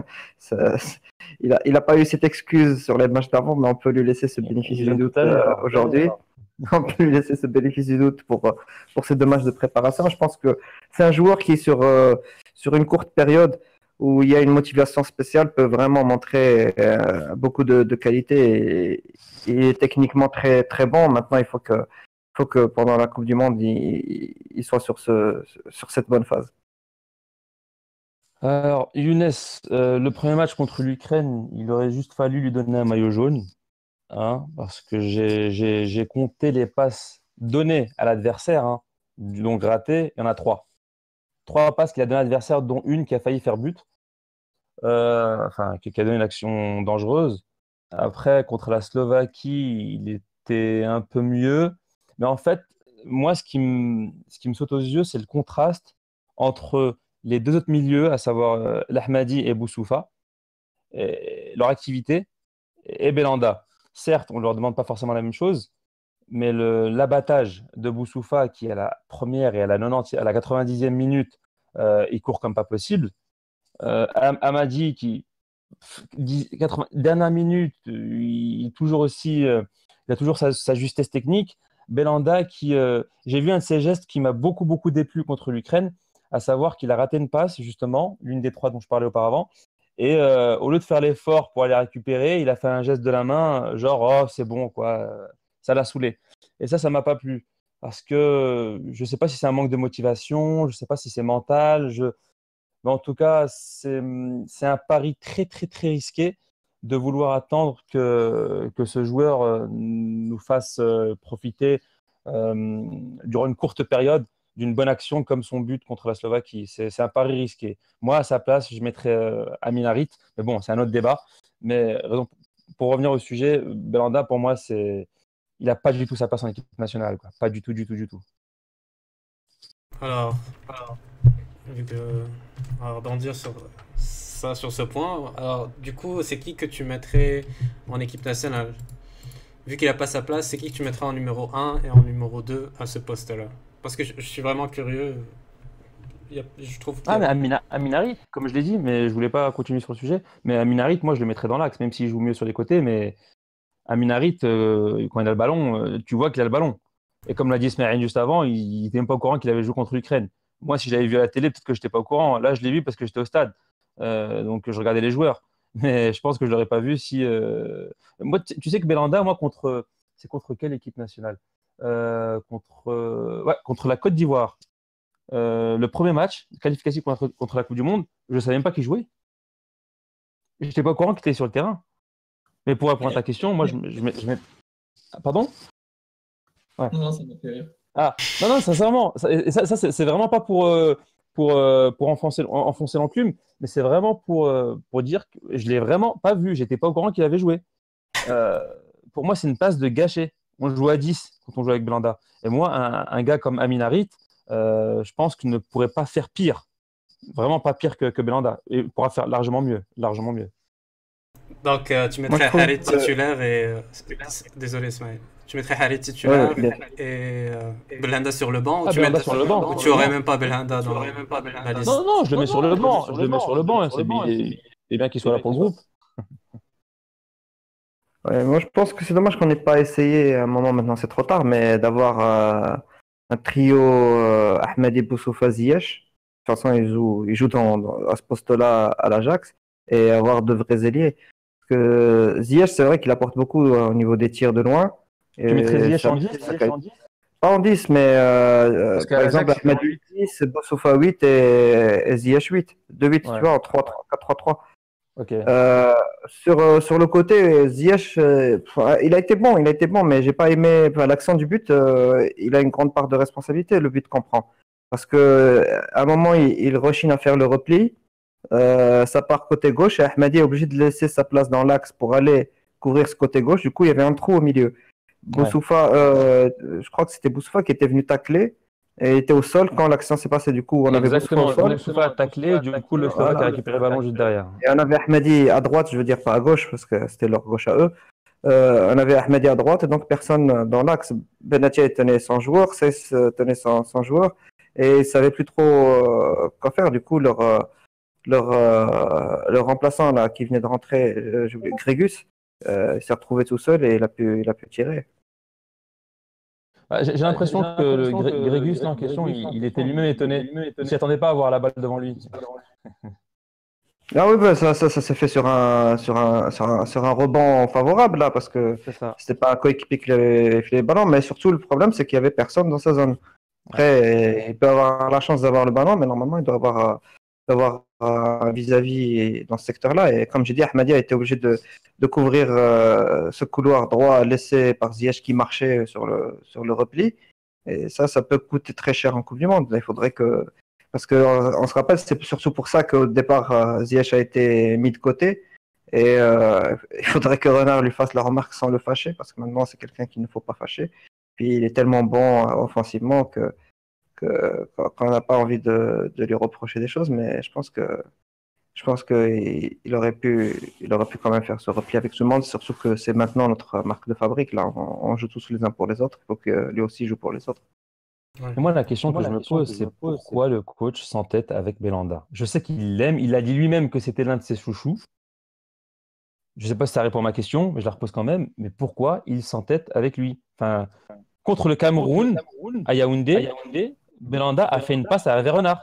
il a pas eu cette excuse sur les matchs d'avant, mais on peut lui laisser ce bénéfice du doute aujourd'hui. On peut lui laisser ce bénéfice du doute pour ces 2 matchs de préparation. Je pense que c'est un joueur qui, sur une courte période où il y a une motivation spéciale, peut vraiment montrer beaucoup de qualité, et il est techniquement très, très bon. Maintenant, il faut que pendant la Coupe du Monde, il soit sur cette bonne phase. Alors, Younes, le premier match contre l'Ukraine, il aurait juste fallu lui donner un maillot jaune, hein, parce que j'ai compté les passes données à l'adversaire, hein, donc ratées, il y en a 3. 3 passes qu'il a données à l'adversaire, dont une qui a failli faire but, enfin, qui a donné une action dangereuse. Après, contre la Slovaquie, il était un peu mieux. Mais en fait, moi, ce qui me saute aux yeux, c'est le contraste entre les 2 autres milieux, à savoir l'Ahmadi et Boussoufa, et leur activité, et Belhanda. Certes, on ne leur demande pas forcément la même chose, mais l'abattage de Boussoufa, qui à la première et à la 90e minute, il court comme pas possible. Hamadi, qui dernière minute, il a toujours sa justesse technique. Belhanda, j'ai vu un de ses gestes qui m'a beaucoup, beaucoup déplu contre l'Ukraine, à savoir qu'il a raté une passe, justement, l'une des 3 dont je parlais auparavant. Et au lieu de faire l'effort pour aller récupérer, il a fait un geste de la main, genre, oh, c'est bon, quoi. Ça l'a saoulé. Et ça m'a pas plu. Parce que je ne sais pas si c'est un manque de motivation, je ne sais pas si c'est mental. Mais en tout cas, c'est un pari très, très, très risqué de vouloir attendre que ce joueur nous fasse profiter durant une courte période d'une bonne action comme son but contre la Slovaquie. C'est un pari risqué. Moi, à sa place, je mettrais Amin Harit. Mais bon, c'est un autre débat. Mais pour revenir au sujet, Belhanda, pour moi, il n'a pas du tout sa place en équipe nationale, quoi. Pas du tout, du tout, du tout. Alors, vu que, alors, rebondir sur ça, sur ce point, alors du coup, c'est qui que tu mettrais en équipe nationale? Vu qu'il n'a pas sa place, c'est qui que tu mettrais en numéro 1 et en numéro 2 à ce poste-là? Parce que je suis vraiment curieux. Je trouve qu'il y Ah, a- mais Amin Harit, comme je l'ai dit, mais je voulais pas continuer sur le sujet. Mais Amin Harit, moi, je le mettrais dans l'axe, même s'il joue mieux sur les côtés. Mais Amin Harit, quand il a le ballon, tu vois qu'il a le ballon. Et comme l'a dit Ismaël juste avant, il n'était même pas au courant qu'il avait joué contre l'Ukraine. Moi, si j'avais vu à la télé, peut-être que je n'étais pas au courant. Là, je l'ai vu parce que j'étais au stade. Donc, je regardais les joueurs. Mais je pense que je ne l'aurais pas vu si. Moi, tu sais que Belhanda, moi, c'est contre quelle équipe nationale? Ouais, contre la Côte d'Ivoire. Le premier match, qualificatif contre la Coupe du Monde, je ne savais même pas qui jouait. Je n'étais pas au courant qu'il était sur le terrain. Mais pour répondre à ta question, moi, Pardon? Ouais. Non, ça m'a fait rire. Ah, non, sincèrement, ça, c'est vraiment pas pour enfoncer l'enclume, mais c'est vraiment pour dire que je l'ai vraiment pas vu. J'étais pas au courant qu'il avait joué. Pour moi, c'est une passe de gâché. On joue à 10 quand on joue avec Belhanda. Et moi, un gars comme Amin Harit, je pense qu'il ne pourrait pas faire pire. Vraiment pas pire que Belhanda. Et il pourra faire largement mieux. Largement mieux. Donc, tu mettrais Harit titulaire et. Désolé, Ismaël. Tu mettrais Harit titulaire et Belhanda sur le banc. Ah, Belhanda sur le banc. Tu n'aurais même pas Belhanda dans la liste. Non, je le mets sur le banc. Je le mets sur le banc. C'est bien qu'il soit là pour le groupe. Ouais, moi, je pense que c'est dommage qu'on n'ait pas essayé à un moment, maintenant c'est trop tard, mais d'avoir un trio Ahmadi, Boussoufa, Ziyech. De toute façon, ils jouent à ce poste-là à l'Ajax et avoir de vrais ailiers. Parce que Ziyech, c'est vrai qu'il apporte beaucoup au niveau des tirs de loin. Tu mettrais Ziyech en 10? Pas en 10, mais par exemple, Ahmadi 10, Boussoufa 8 et Ziyech 8. 2-8, tu vois, en 4-3-3. Okay. Sur le côté, Ziyech, il a été bon, mais j'ai pas aimé l'accent du but. Il a une grande part de responsabilité, le but qu'on prend. Parce que à un moment, il rechigne à faire le repli. Ça part côté gauche et Ahmadi est obligé de laisser sa place dans l'axe pour aller couvrir ce côté gauche. Du coup, il y avait un trou au milieu. Boussoufa, je crois que c'était Boussoufa qui était venu tacler et était au sol quand l'action s'est passée. Du coup, on avait Boussoufa a taclé, du coup, le Slovaque a récupéré le ballon juste derrière. Et on avait Ahmadi à droite, je veux dire pas à gauche, parce que c'était leur gauche à eux. On avait Ahmadi à droite et donc personne dans l'axe. Benatia tenait son joueur, Sess tenait son joueur et ils ne savaient plus trop quoi faire. Du coup, leur remplaçant là, qui venait de rentrer, Grégus, il s'est retrouvé tout seul et il a pu tirer. J'ai l'impression que le Grégus en question, il était lui-même étonné. Il ne s'y attendait pas à avoir la balle devant lui. Ah oui, bah, ça s'est fait sur un rebond favorable là, parce que c'était pas un coéquipier qui avait filé le ballon, mais surtout le problème c'est qu'il y avait personne dans sa zone. Après, il peut avoir la chance d'avoir le ballon, mais normalement il doit avoir un vis-à-vis dans ce secteur-là. Et comme j'ai dit, Ahmadi a été obligé de couvrir ce couloir droit laissé par Ziyech qui marchait sur le repli. Et ça peut coûter très cher en Coupe du Monde. Il faudrait que Parce qu'on se rappelle, c'est surtout pour ça qu'au départ, Ziyech a été mis de côté. Et il faudrait que Renard lui fasse la remarque sans le fâcher, parce que maintenant, c'est quelqu'un qu'il ne faut pas fâcher. Puis il est tellement bon offensivement qu'on n'a pas envie de lui reprocher des choses, mais je pense qu'il aurait pu quand même faire ce repli avec tout le monde, surtout que c'est maintenant notre marque de fabrique. Là, on joue tous les uns pour les autres. Il faut que lui aussi joue pour les autres. Ouais. Moi, la question que je me pose, c'est pourquoi le coach s'entête avec Belhanda? Je sais qu'il l'aime, il a dit lui-même que c'était l'un de ses chouchous. Je ne sais pas si ça répond à ma question, mais je la repose quand même. Mais pourquoi il s'entête avec lui? Enfin, contre le Cameroun, à Yaoundé, Belhanda a fait une passe à Hervé Renard.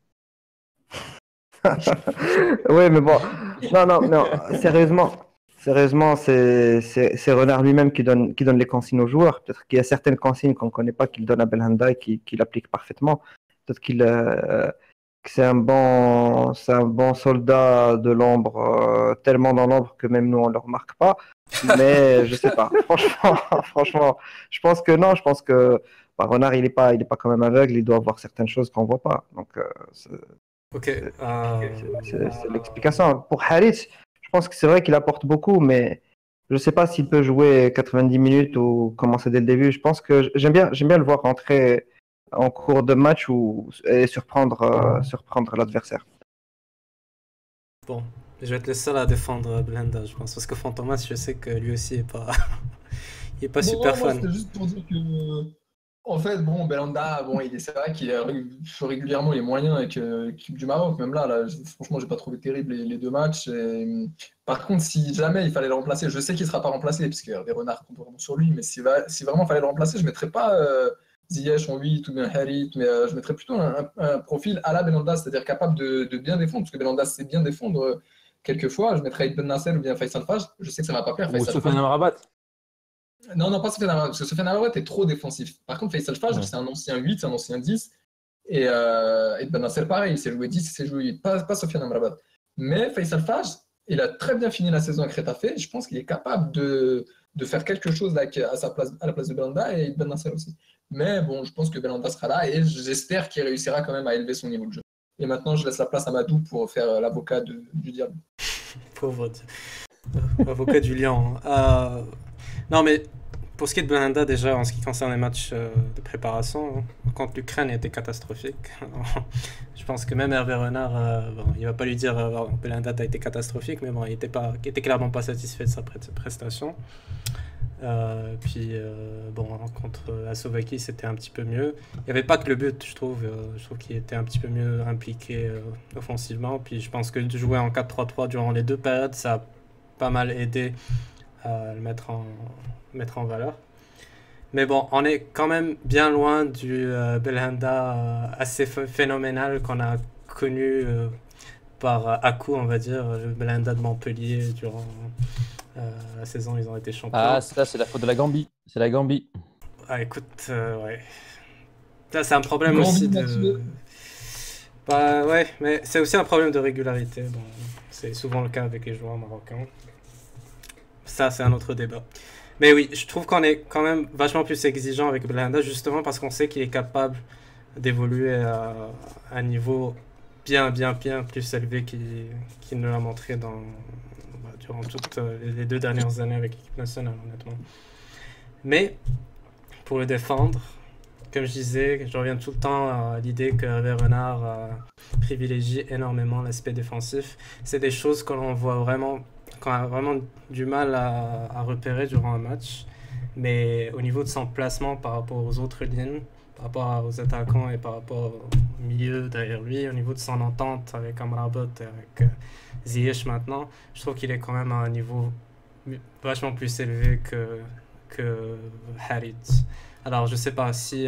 Oui, mais bon, non, sérieusement, c'est Renard lui-même qui donne les consignes aux joueurs. Peut-être qu'il y a certaines consignes qu'on ne connaît pas qu'il donne à Belhanda et qu'il applique parfaitement. Peut-être que c'est un bon soldat de l'ombre, tellement dans l'ombre que même nous on ne le remarque pas. Mais je sais pas. Franchement, je pense que non. Je pense que Renard il est pas quand même aveugle. Il doit voir certaines choses qu'on voit pas. Donc c'est l'explication. Pour Harit, je pense que c'est vrai qu'il apporte beaucoup, mais je sais pas s'il peut jouer 90 minutes ou commencer dès le début. Je pense que j'aime bien le voir rentrer en cours de match et surprendre l'adversaire. Bon, je vais être le seul à défendre Belhanda, je pense, parce que Fantomas, je sais que lui aussi est pas, il est pas super fan. C'était juste pour dire que En fait, bon, Belhanda, bon, c'est vrai qu'il a régulièrement les moyens avec l'équipe du Maroc. Même là, franchement, j'ai pas trouvé terrible les deux matchs. Par contre, si jamais il fallait le remplacer, je sais qu'il sera pas remplacé, parce qu'il y a des renards comptent vraiment sur lui, mais si vraiment il fallait le remplacer, je mettrais pas Ziyech en 8 ou bien Harit, mais je mettrais plutôt un profil à la Belhanda, c'est-à-dire capable de bien défendre, parce que Belhanda sait bien défendre quelquefois. Je mettrais Ibn Nasser ou bien Faisal Faj. Je sais que ça va pas plaire. Ou Faisal Sofiane Faj. Amrabat. Non, pas Sofiane Amrabat, parce que Sofiane Amrabat est trop défensif. Par contre, Faisal Faj, Ouais. c'est un ancien 8, c'est un ancien 10. Et Ben Nasser, pareil, il s'est joué 10, il s'est joué 8, pas Sofiane Amrabat. Mais Faisal Faj, il a très bien fini la saison avec Retafe. Je pense qu'il est capable de faire quelque chose là, à la place de Belhanda et Ben Nasser aussi. Mais bon, je pense que Belhanda sera là et j'espère qu'il réussira quand même à élever son niveau de jeu. Et maintenant, je laisse la place à Madou pour faire l'avocat du diable. Pauvre avocat du lion. Non, mais pour ce qui est de Belhanda, déjà, en ce qui concerne les matchs de préparation, contre l'Ukraine, il était catastrophique. Je pense que même Hervé Renard, bon, il va pas lui dire Belhanda a été catastrophique, mais bon, il était clairement pas satisfait de sa prestation. Puis, bon, contre la Slovaquie, c'était un petit peu mieux. Il n'y avait pas que le but, je trouve. Je trouve qu'il était un petit peu mieux impliqué offensivement. Puis, je pense que de jouer en 4-3-3 durant les deux périodes, ça a pas mal aidé à le mettre en valeur. Mais bon, on est quand même bien loin du Belhanda assez phénoménal qu'on a connu par à-coup, on va dire, le Belhanda de Montpellier durant la saison, ils ont été champions. Ah, ça, c'est la faute de la Gambie. C'est la Gambie. Ah, écoute, ouais. Ça, c'est un problème aussi de... Bah ouais, mais c'est aussi un problème de régularité. Bon, c'est souvent le cas avec les joueurs marocains. Ça, c'est un autre débat. Mais oui, je trouve qu'on est quand même vachement plus exigeant avec Belhanda, justement parce qu'on sait qu'il est capable d'évoluer à un niveau bien plus élevé qu'il ne l'a montré durant toutes les 2 dernières années avec l'équipe nationale, honnêtement. Mais, pour le défendre, comme je disais, je reviens tout le temps à l'idée que Hervé Renard privilégie énormément l'aspect défensif. C'est des choses qu'on a vraiment du mal à repérer durant un match. Mais au niveau de son placement par rapport aux autres lignes, par rapport aux attaquants et par rapport au milieu derrière lui, au niveau de son entente avec Amrabat et avec Ziyech maintenant, je trouve qu'il est quand même à un niveau vachement plus élevé que Harit. Alors je sais pas si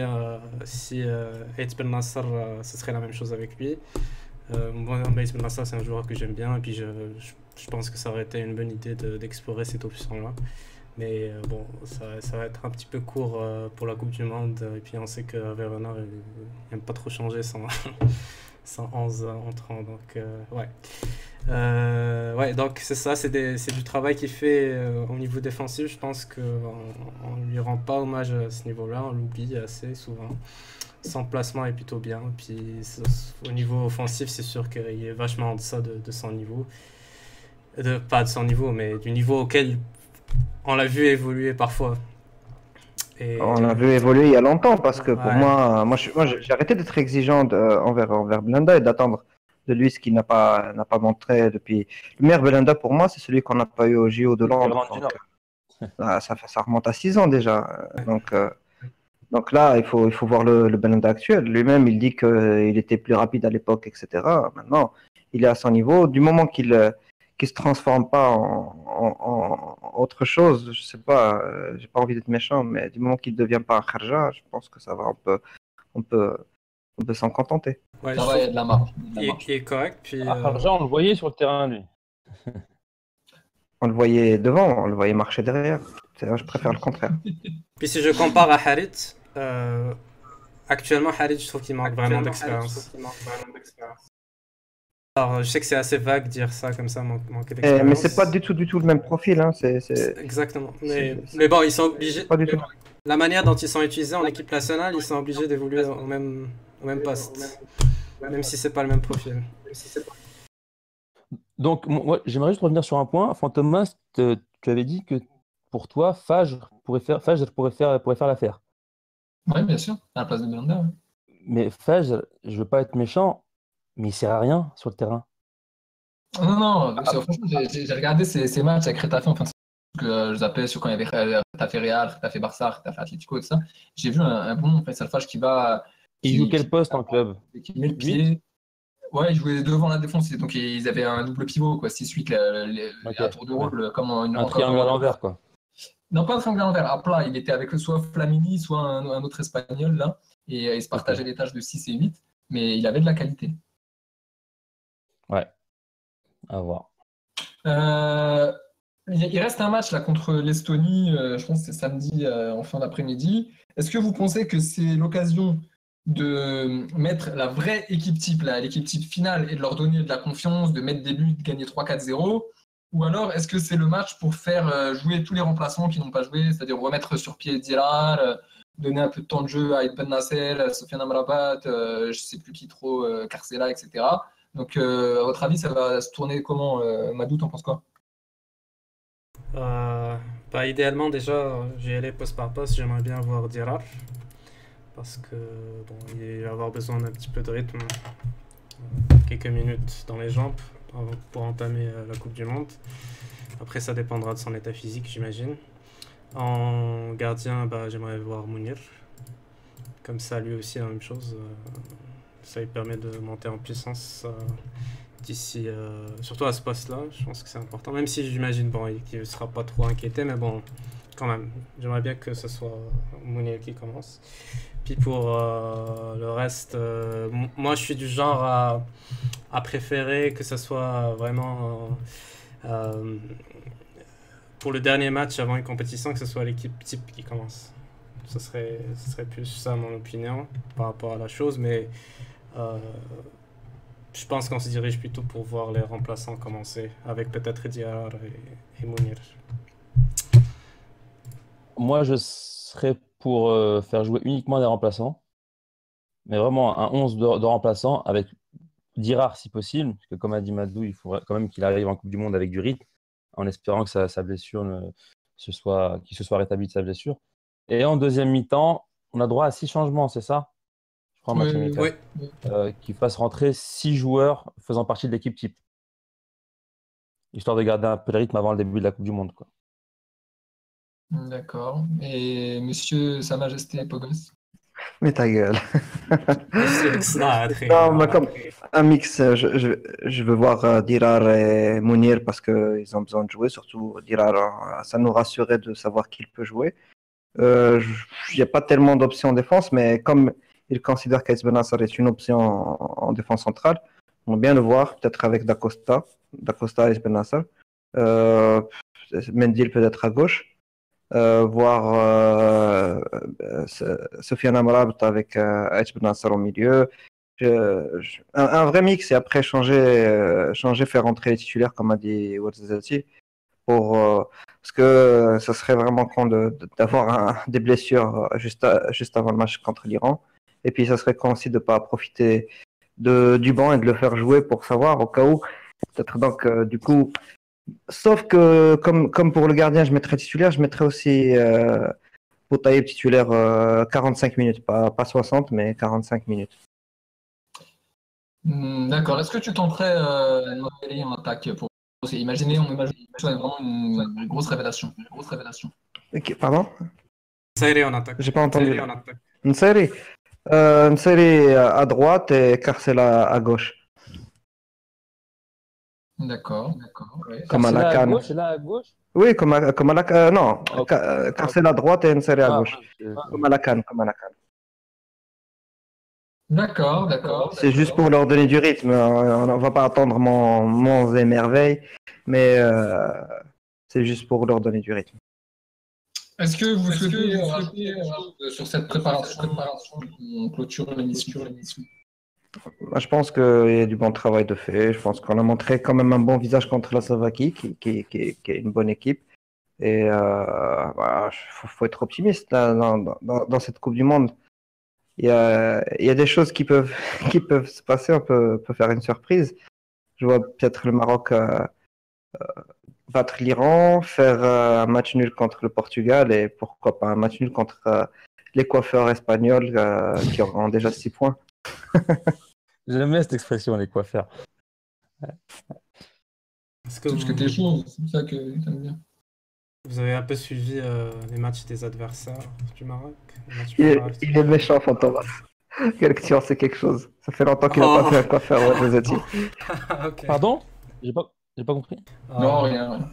Ait Ben Nasser, ce serait la même chose avec lui. Moi, Ait Ben Nasser, c'est un joueur que j'aime bien et puis je pense que ça aurait été une bonne idée d'explorer cette option-là. Mais bon, ça va être un petit peu court pour la Coupe du Monde. Et puis on sait que Hervé Renard, il n'aime pas trop changer son 11 entrant. Donc, ouais. Ouais, donc c'est ça, c'est du travail qu'il fait au niveau défensif. Je pense qu'on ne lui rend pas hommage à ce niveau-là, on l'oublie assez souvent. Son placement est plutôt bien. Puis au niveau offensif, c'est sûr qu'il est vachement en deçà de son niveau. Pas de son niveau, mais du niveau auquel on l'a vu évoluer parfois. On l'a vu évoluer il y a longtemps parce que pour moi, j'ai arrêté d'être exigeant envers Belhanda et d'attendre de lui ce qu'il n'a pas montré depuis. Le meilleur Belhanda pour moi, c'est celui qu'on n'a pas eu au JO de Londres. Ça remonte à 6 ans déjà. Donc là, il faut voir le Belhanda actuel. Lui-même, il dit qu'il était plus rapide à l'époque, etc. Maintenant, il est à son niveau. Du moment qu'il se transforme pas en autre chose, je sais pas, j'ai pas envie d'être méchant, mais du moment qu'il devient pas un Kharja, je pense que ça va, on peut s'en contenter. Ouais, Ça va, il y a de la marge. Il est correct. Puis, Kharja, on le voyait sur le terrain, lui. On le voyait devant, on le voyait marcher derrière. Je préfère le contraire. Puis si je compare à Harit, actuellement Harit, je trouve qu'il manque vraiment d'expérience. Alors, je sais que c'est assez vague dire ça comme ça, manquer d'expérience. Mais c'est pas du tout le même profil. Hein. Exactement. Mais bon, ils sont obligés. Pas du tout. La manière dont ils sont utilisés en équipe nationale, ils sont obligés d'évoluer au même poste. Même si c'est pas le même profil. Donc, moi, j'aimerais juste revenir sur un point. Fantomas, tu avais dit que pour toi, Fage pourrait faire l'affaire. Oui, bien sûr, à la place de Belhanda. Ouais. Mais Fage, je veux pas être méchant, mais il sert à rien sur le terrain. Non, franchement, j'ai regardé ces matchs avec Retafe en fin de que je zappais sur quand il y avait t'as fait Real, t'as fait Barça, t'as fait Atlético et tout ça. J'ai vu un bon Faisal Fage Il joue quel poste en club? qui met le 8? pied. Ouais, ils jouaient devant la défense, donc ils avaient un double pivot, quoi, 6-8, Ok, à tour de ouais. rôle, comme Un triangle à l'envers, quoi. Non, pas un triangle à l'envers, à plat. Il était avec soit Flamini, soit un autre espagnol, là, et ils se partageaient les tâches de 6 et 8, mais il avait de la qualité. Ouais, à voir. Il reste un match là contre l'Estonie, je pense que c'est samedi en fin d'après-midi. Est-ce que vous pensez que c'est l'occasion de mettre la vraie équipe type, l'équipe type finale, et de leur donner de la confiance, de mettre des buts, de gagner 3-4-0? Ou alors est-ce que c'est le match pour faire jouer tous les remplaçants qui n'ont pas joué, c'est-à-dire remettre sur pied Dirar, donner un peu de temps de jeu à Ibn Nassel, à Sofiane Amrabat, je ne sais plus qui trop, Carcela, etc. Donc à votre avis, ça va se tourner comment, Madou, t'en penses quoi? Idéalement, déjà, j'y allais poste par poste. J'aimerais bien voir Dirar parce que bon, il va avoir besoin d'un petit peu de rythme, quelques minutes dans les jambes pour entamer la Coupe du Monde. Après, ça dépendra de son état physique, j'imagine. En gardien, j'aimerais voir Mounir. Comme ça, lui aussi, la même chose. Ça lui permet de monter en puissance d'ici, surtout à ce poste-là. Je pense que c'est important. Même si j'imagine qu'il ne sera pas trop inquiété, mais bon, quand même, j'aimerais bien que ce soit Mounir qui commence. Puis pour le reste, moi, je suis du genre à préférer que ce soit vraiment pour le dernier match avant une compétition, que ce soit l'équipe type qui commence. Ce serait plus ça mon opinion par rapport à la chose, mais je pense qu'on se dirige plutôt pour voir les remplaçants commencer, avec peut-être Diar et Mounir. Moi, je serais pour faire jouer uniquement des remplaçants, mais vraiment un 11 de remplaçants avec Dirar si possible, parce que comme a dit Madou, il faudrait quand même qu'il arrive en Coupe du Monde avec du rythme, en espérant que sa blessure qu'il se soit rétabli de sa blessure. Et en deuxième mi-temps, on a droit à 6 changements, c'est ça? Je crois, en match amical. Oui. Qui fasse rentrer 6 joueurs faisant partie de l'équipe type, histoire de garder un peu de rythme avant le début de la Coupe du Monde, quoi. D'accord. Et monsieur, Sa Majesté Pogos? Mais ta gueule. Non, Non, mais comme un mix, je veux voir Dirar et Mounir parce qu'ils ont besoin de jouer. Surtout Dirar, ça nous rassurait de savoir qu'il peut jouer. Il n'y a pas tellement d'options en défense, mais comme il considère qu'Aïs Benassar est une option en défense centrale, on va bien le voir, peut-être avec Dacosta, Aïs Benassar. Mendil peut-être à gauche. Voir Sofiane Amrabat avec Aïs Benassar au milieu. Un vrai mix et après changer, faire rentrer les titulaires, comme a dit Ouazzati, parce que ça serait vraiment con d'avoir des blessures juste avant le match contre l'Iran. Et puis ça serait con aussi de ne pas profiter du banc et de le faire jouer pour savoir au cas où. Peut-être donc, du coup, sauf que comme pour le gardien, je mettrais titulaire, je mettrais aussi Boutaïeb titulaire 45 minutes, pas 60, mais 45 minutes. D'accord. Est-ce que tu tenterais Noël en attaque pour... Imaginez, on imagine vraiment une grosse révélation. Une grosse révélation. Okay, pardon? Nsairi en attaque. J'ai pas entendu. Nsairi. Nsairi à droite et Carcela à gauche. D'accord. Ouais. Comme à la Carcela CAN. à gauche et là à gauche? Oui, comme à la CAN. Non, Okay. Carcela à droite et Nsairi à gauche. Ouais. Comme à la CAN. D'accord. C'est juste pour leur donner du rythme. On ne va pas attendre mon et merveille, mais c'est juste pour leur donner du rythme. Est-ce que vous souhaitez sur cette préparation on clôture l'émission? Moi, je pense qu'il y a du bon travail de fait. Je pense qu'on a montré quand même un bon visage contre la Slovaquie, qui est une bonne équipe. Et faut être optimiste là, dans cette Coupe du Monde. Il y a des choses qui peuvent se passer. On peut faire une surprise. Je vois peut-être le Maroc battre l'Iran, faire un match nul contre le Portugal et pourquoi pas un match nul contre les coiffeurs espagnols qui auront déjà 6 points. J'aime bien cette expression, les coiffeurs. Parce que t'es chaud, c'est ça que t'aimes bien. Vous avez un peu suivi les matchs des adversaires du Maroc? Les matchs Il est, préparatifs? il est méchant, Fantomas. Quel que tu en sais quelque chose. Ça fait longtemps qu'il n'a pas fait un coiffeur au Josati. Ok. Pardon? J'ai pas compris. Non, Ah, rien.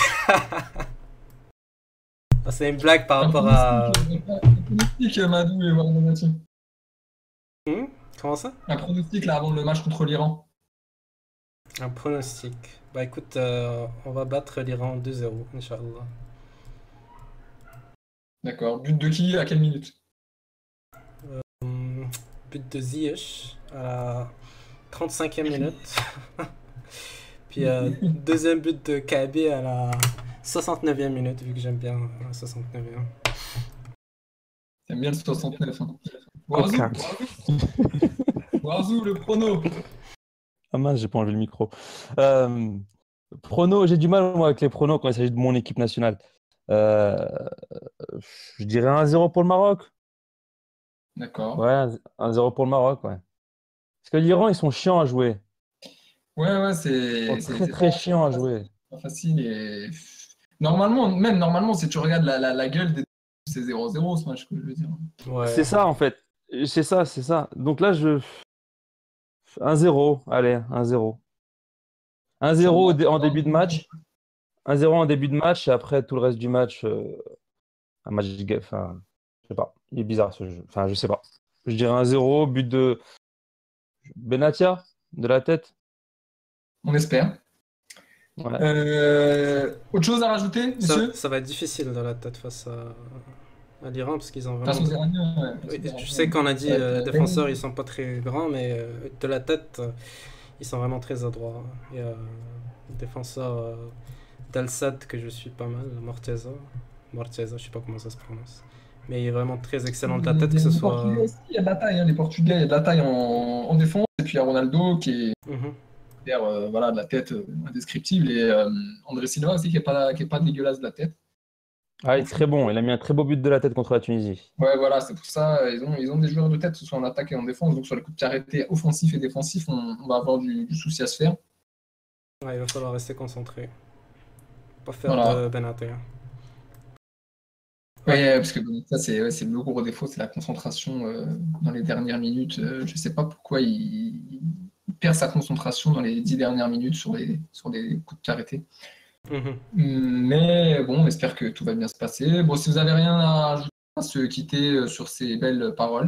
c'est une blague par Un rapport à... pronostic, Madou et Warnati. Comment ça? Un pronostic là avant le match contre l'Iran. Un pronostic. Bah écoute, on va battre l'Iran 2-0, Inch'Allah. D'accord. But de qui à quelle minute? But de Ziyech à la 35e minute. Puis deuxième but de KB à la 69e minute, vu que j'aime bien la 69e. T'aimes bien le 69. Hein. Aucun. Warzou, le prono. Ah mince, j'ai pas enlevé le micro. Prono, j'ai du mal moi avec les pronos quand il s'agit de mon équipe nationale. Euh, je dirais 1-0 pour le Maroc. D'accord. Ouais, 1-0 pour le Maroc, ouais. Parce que l'Iran, ils sont chiants à jouer. Ouais, Ils sont très très chiants à jouer. pas facile et normalement, si tu regardes la gueule des c'est 0-0 ce match que je veux dire. Ouais. C'est ça en fait. C'est ça. Donc là, 1-0, allez, 1-0. 1-0 en début de match. 1-0 en début de match et après tout le reste du match, un match enfin, je sais pas. Il est bizarre ce jeu. Enfin, je sais pas. Je dirais 1-0, but de Benatia, de la tête. On espère. Ouais. Autre chose à rajouter, messieurs? Ça va être difficile dans la tête face à l'Iran parce qu'ils ont Face aux vraiment. Iraniens, ouais. Oui, je sais qu'on a dit défenseurs, ils sont pas très grands, mais de la tête, ils sont vraiment très adroits. Il y a le défenseur d'Al-Sad que je suis pas mal, Morteza, je sais pas comment ça se prononce. Mais il est vraiment très excellent de la tête, que ce Les soit. Portugais aussi, il y a de la taille. Hein. Les Portugais, il y a de la taille en défense. Et puis il y a Ronaldo qui est Mhm. voilà, de la tête indescriptible. Et André Silva aussi qui est pas dégueulasse de la tête. Ah, il est très bon. Il a mis un très beau but de la tête contre la Tunisie. Ouais, voilà, c'est pour ça. Ils ont des joueurs de tête, que ce soit en attaque et en défense. Donc sur les coups de pied arrêtés offensifs et défensifs, on va avoir du souci à se faire. Ouais, il va falloir rester concentré. Pas faire Voilà. de Benatia. Ouais, parce que ça, c'est le gros défaut, c'est la concentration dans les dernières minutes. Je ne sais pas pourquoi il perd sa concentration dans les 10 dernières minutes sur des coups de pied arrêtés. Mhm. Mais bon, on espère que tout va bien se passer. Bon, si vous n'avez rien à ajouter, on va se quitter sur ces belles paroles.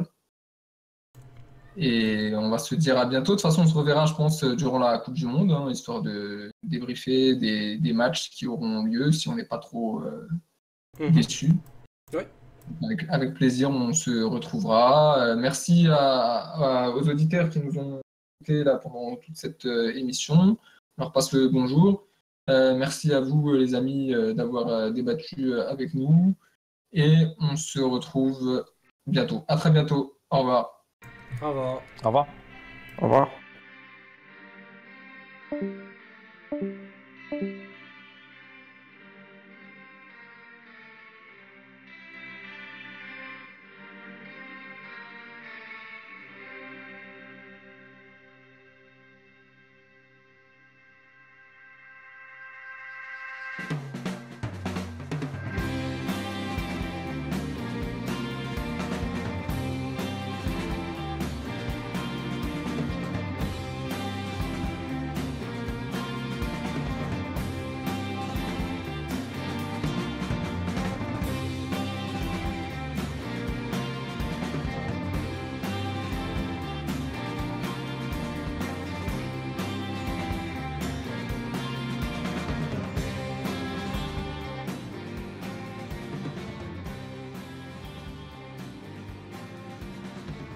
Et on va se dire à bientôt. De toute façon, on se reverra, je pense, durant la Coupe du Monde, hein, histoire de débriefer des matchs qui auront lieu si on n'est pas trop Mhm. déçus. Ouais. Avec plaisir, on se retrouvera. Merci aux auditeurs qui nous ont écoutés là, pendant toute cette émission. On leur passe le bonjour. Merci à vous, les amis, d'avoir débattu avec nous. Et on se retrouve bientôt. À très bientôt. Au revoir. Au revoir. Au revoir. Au revoir.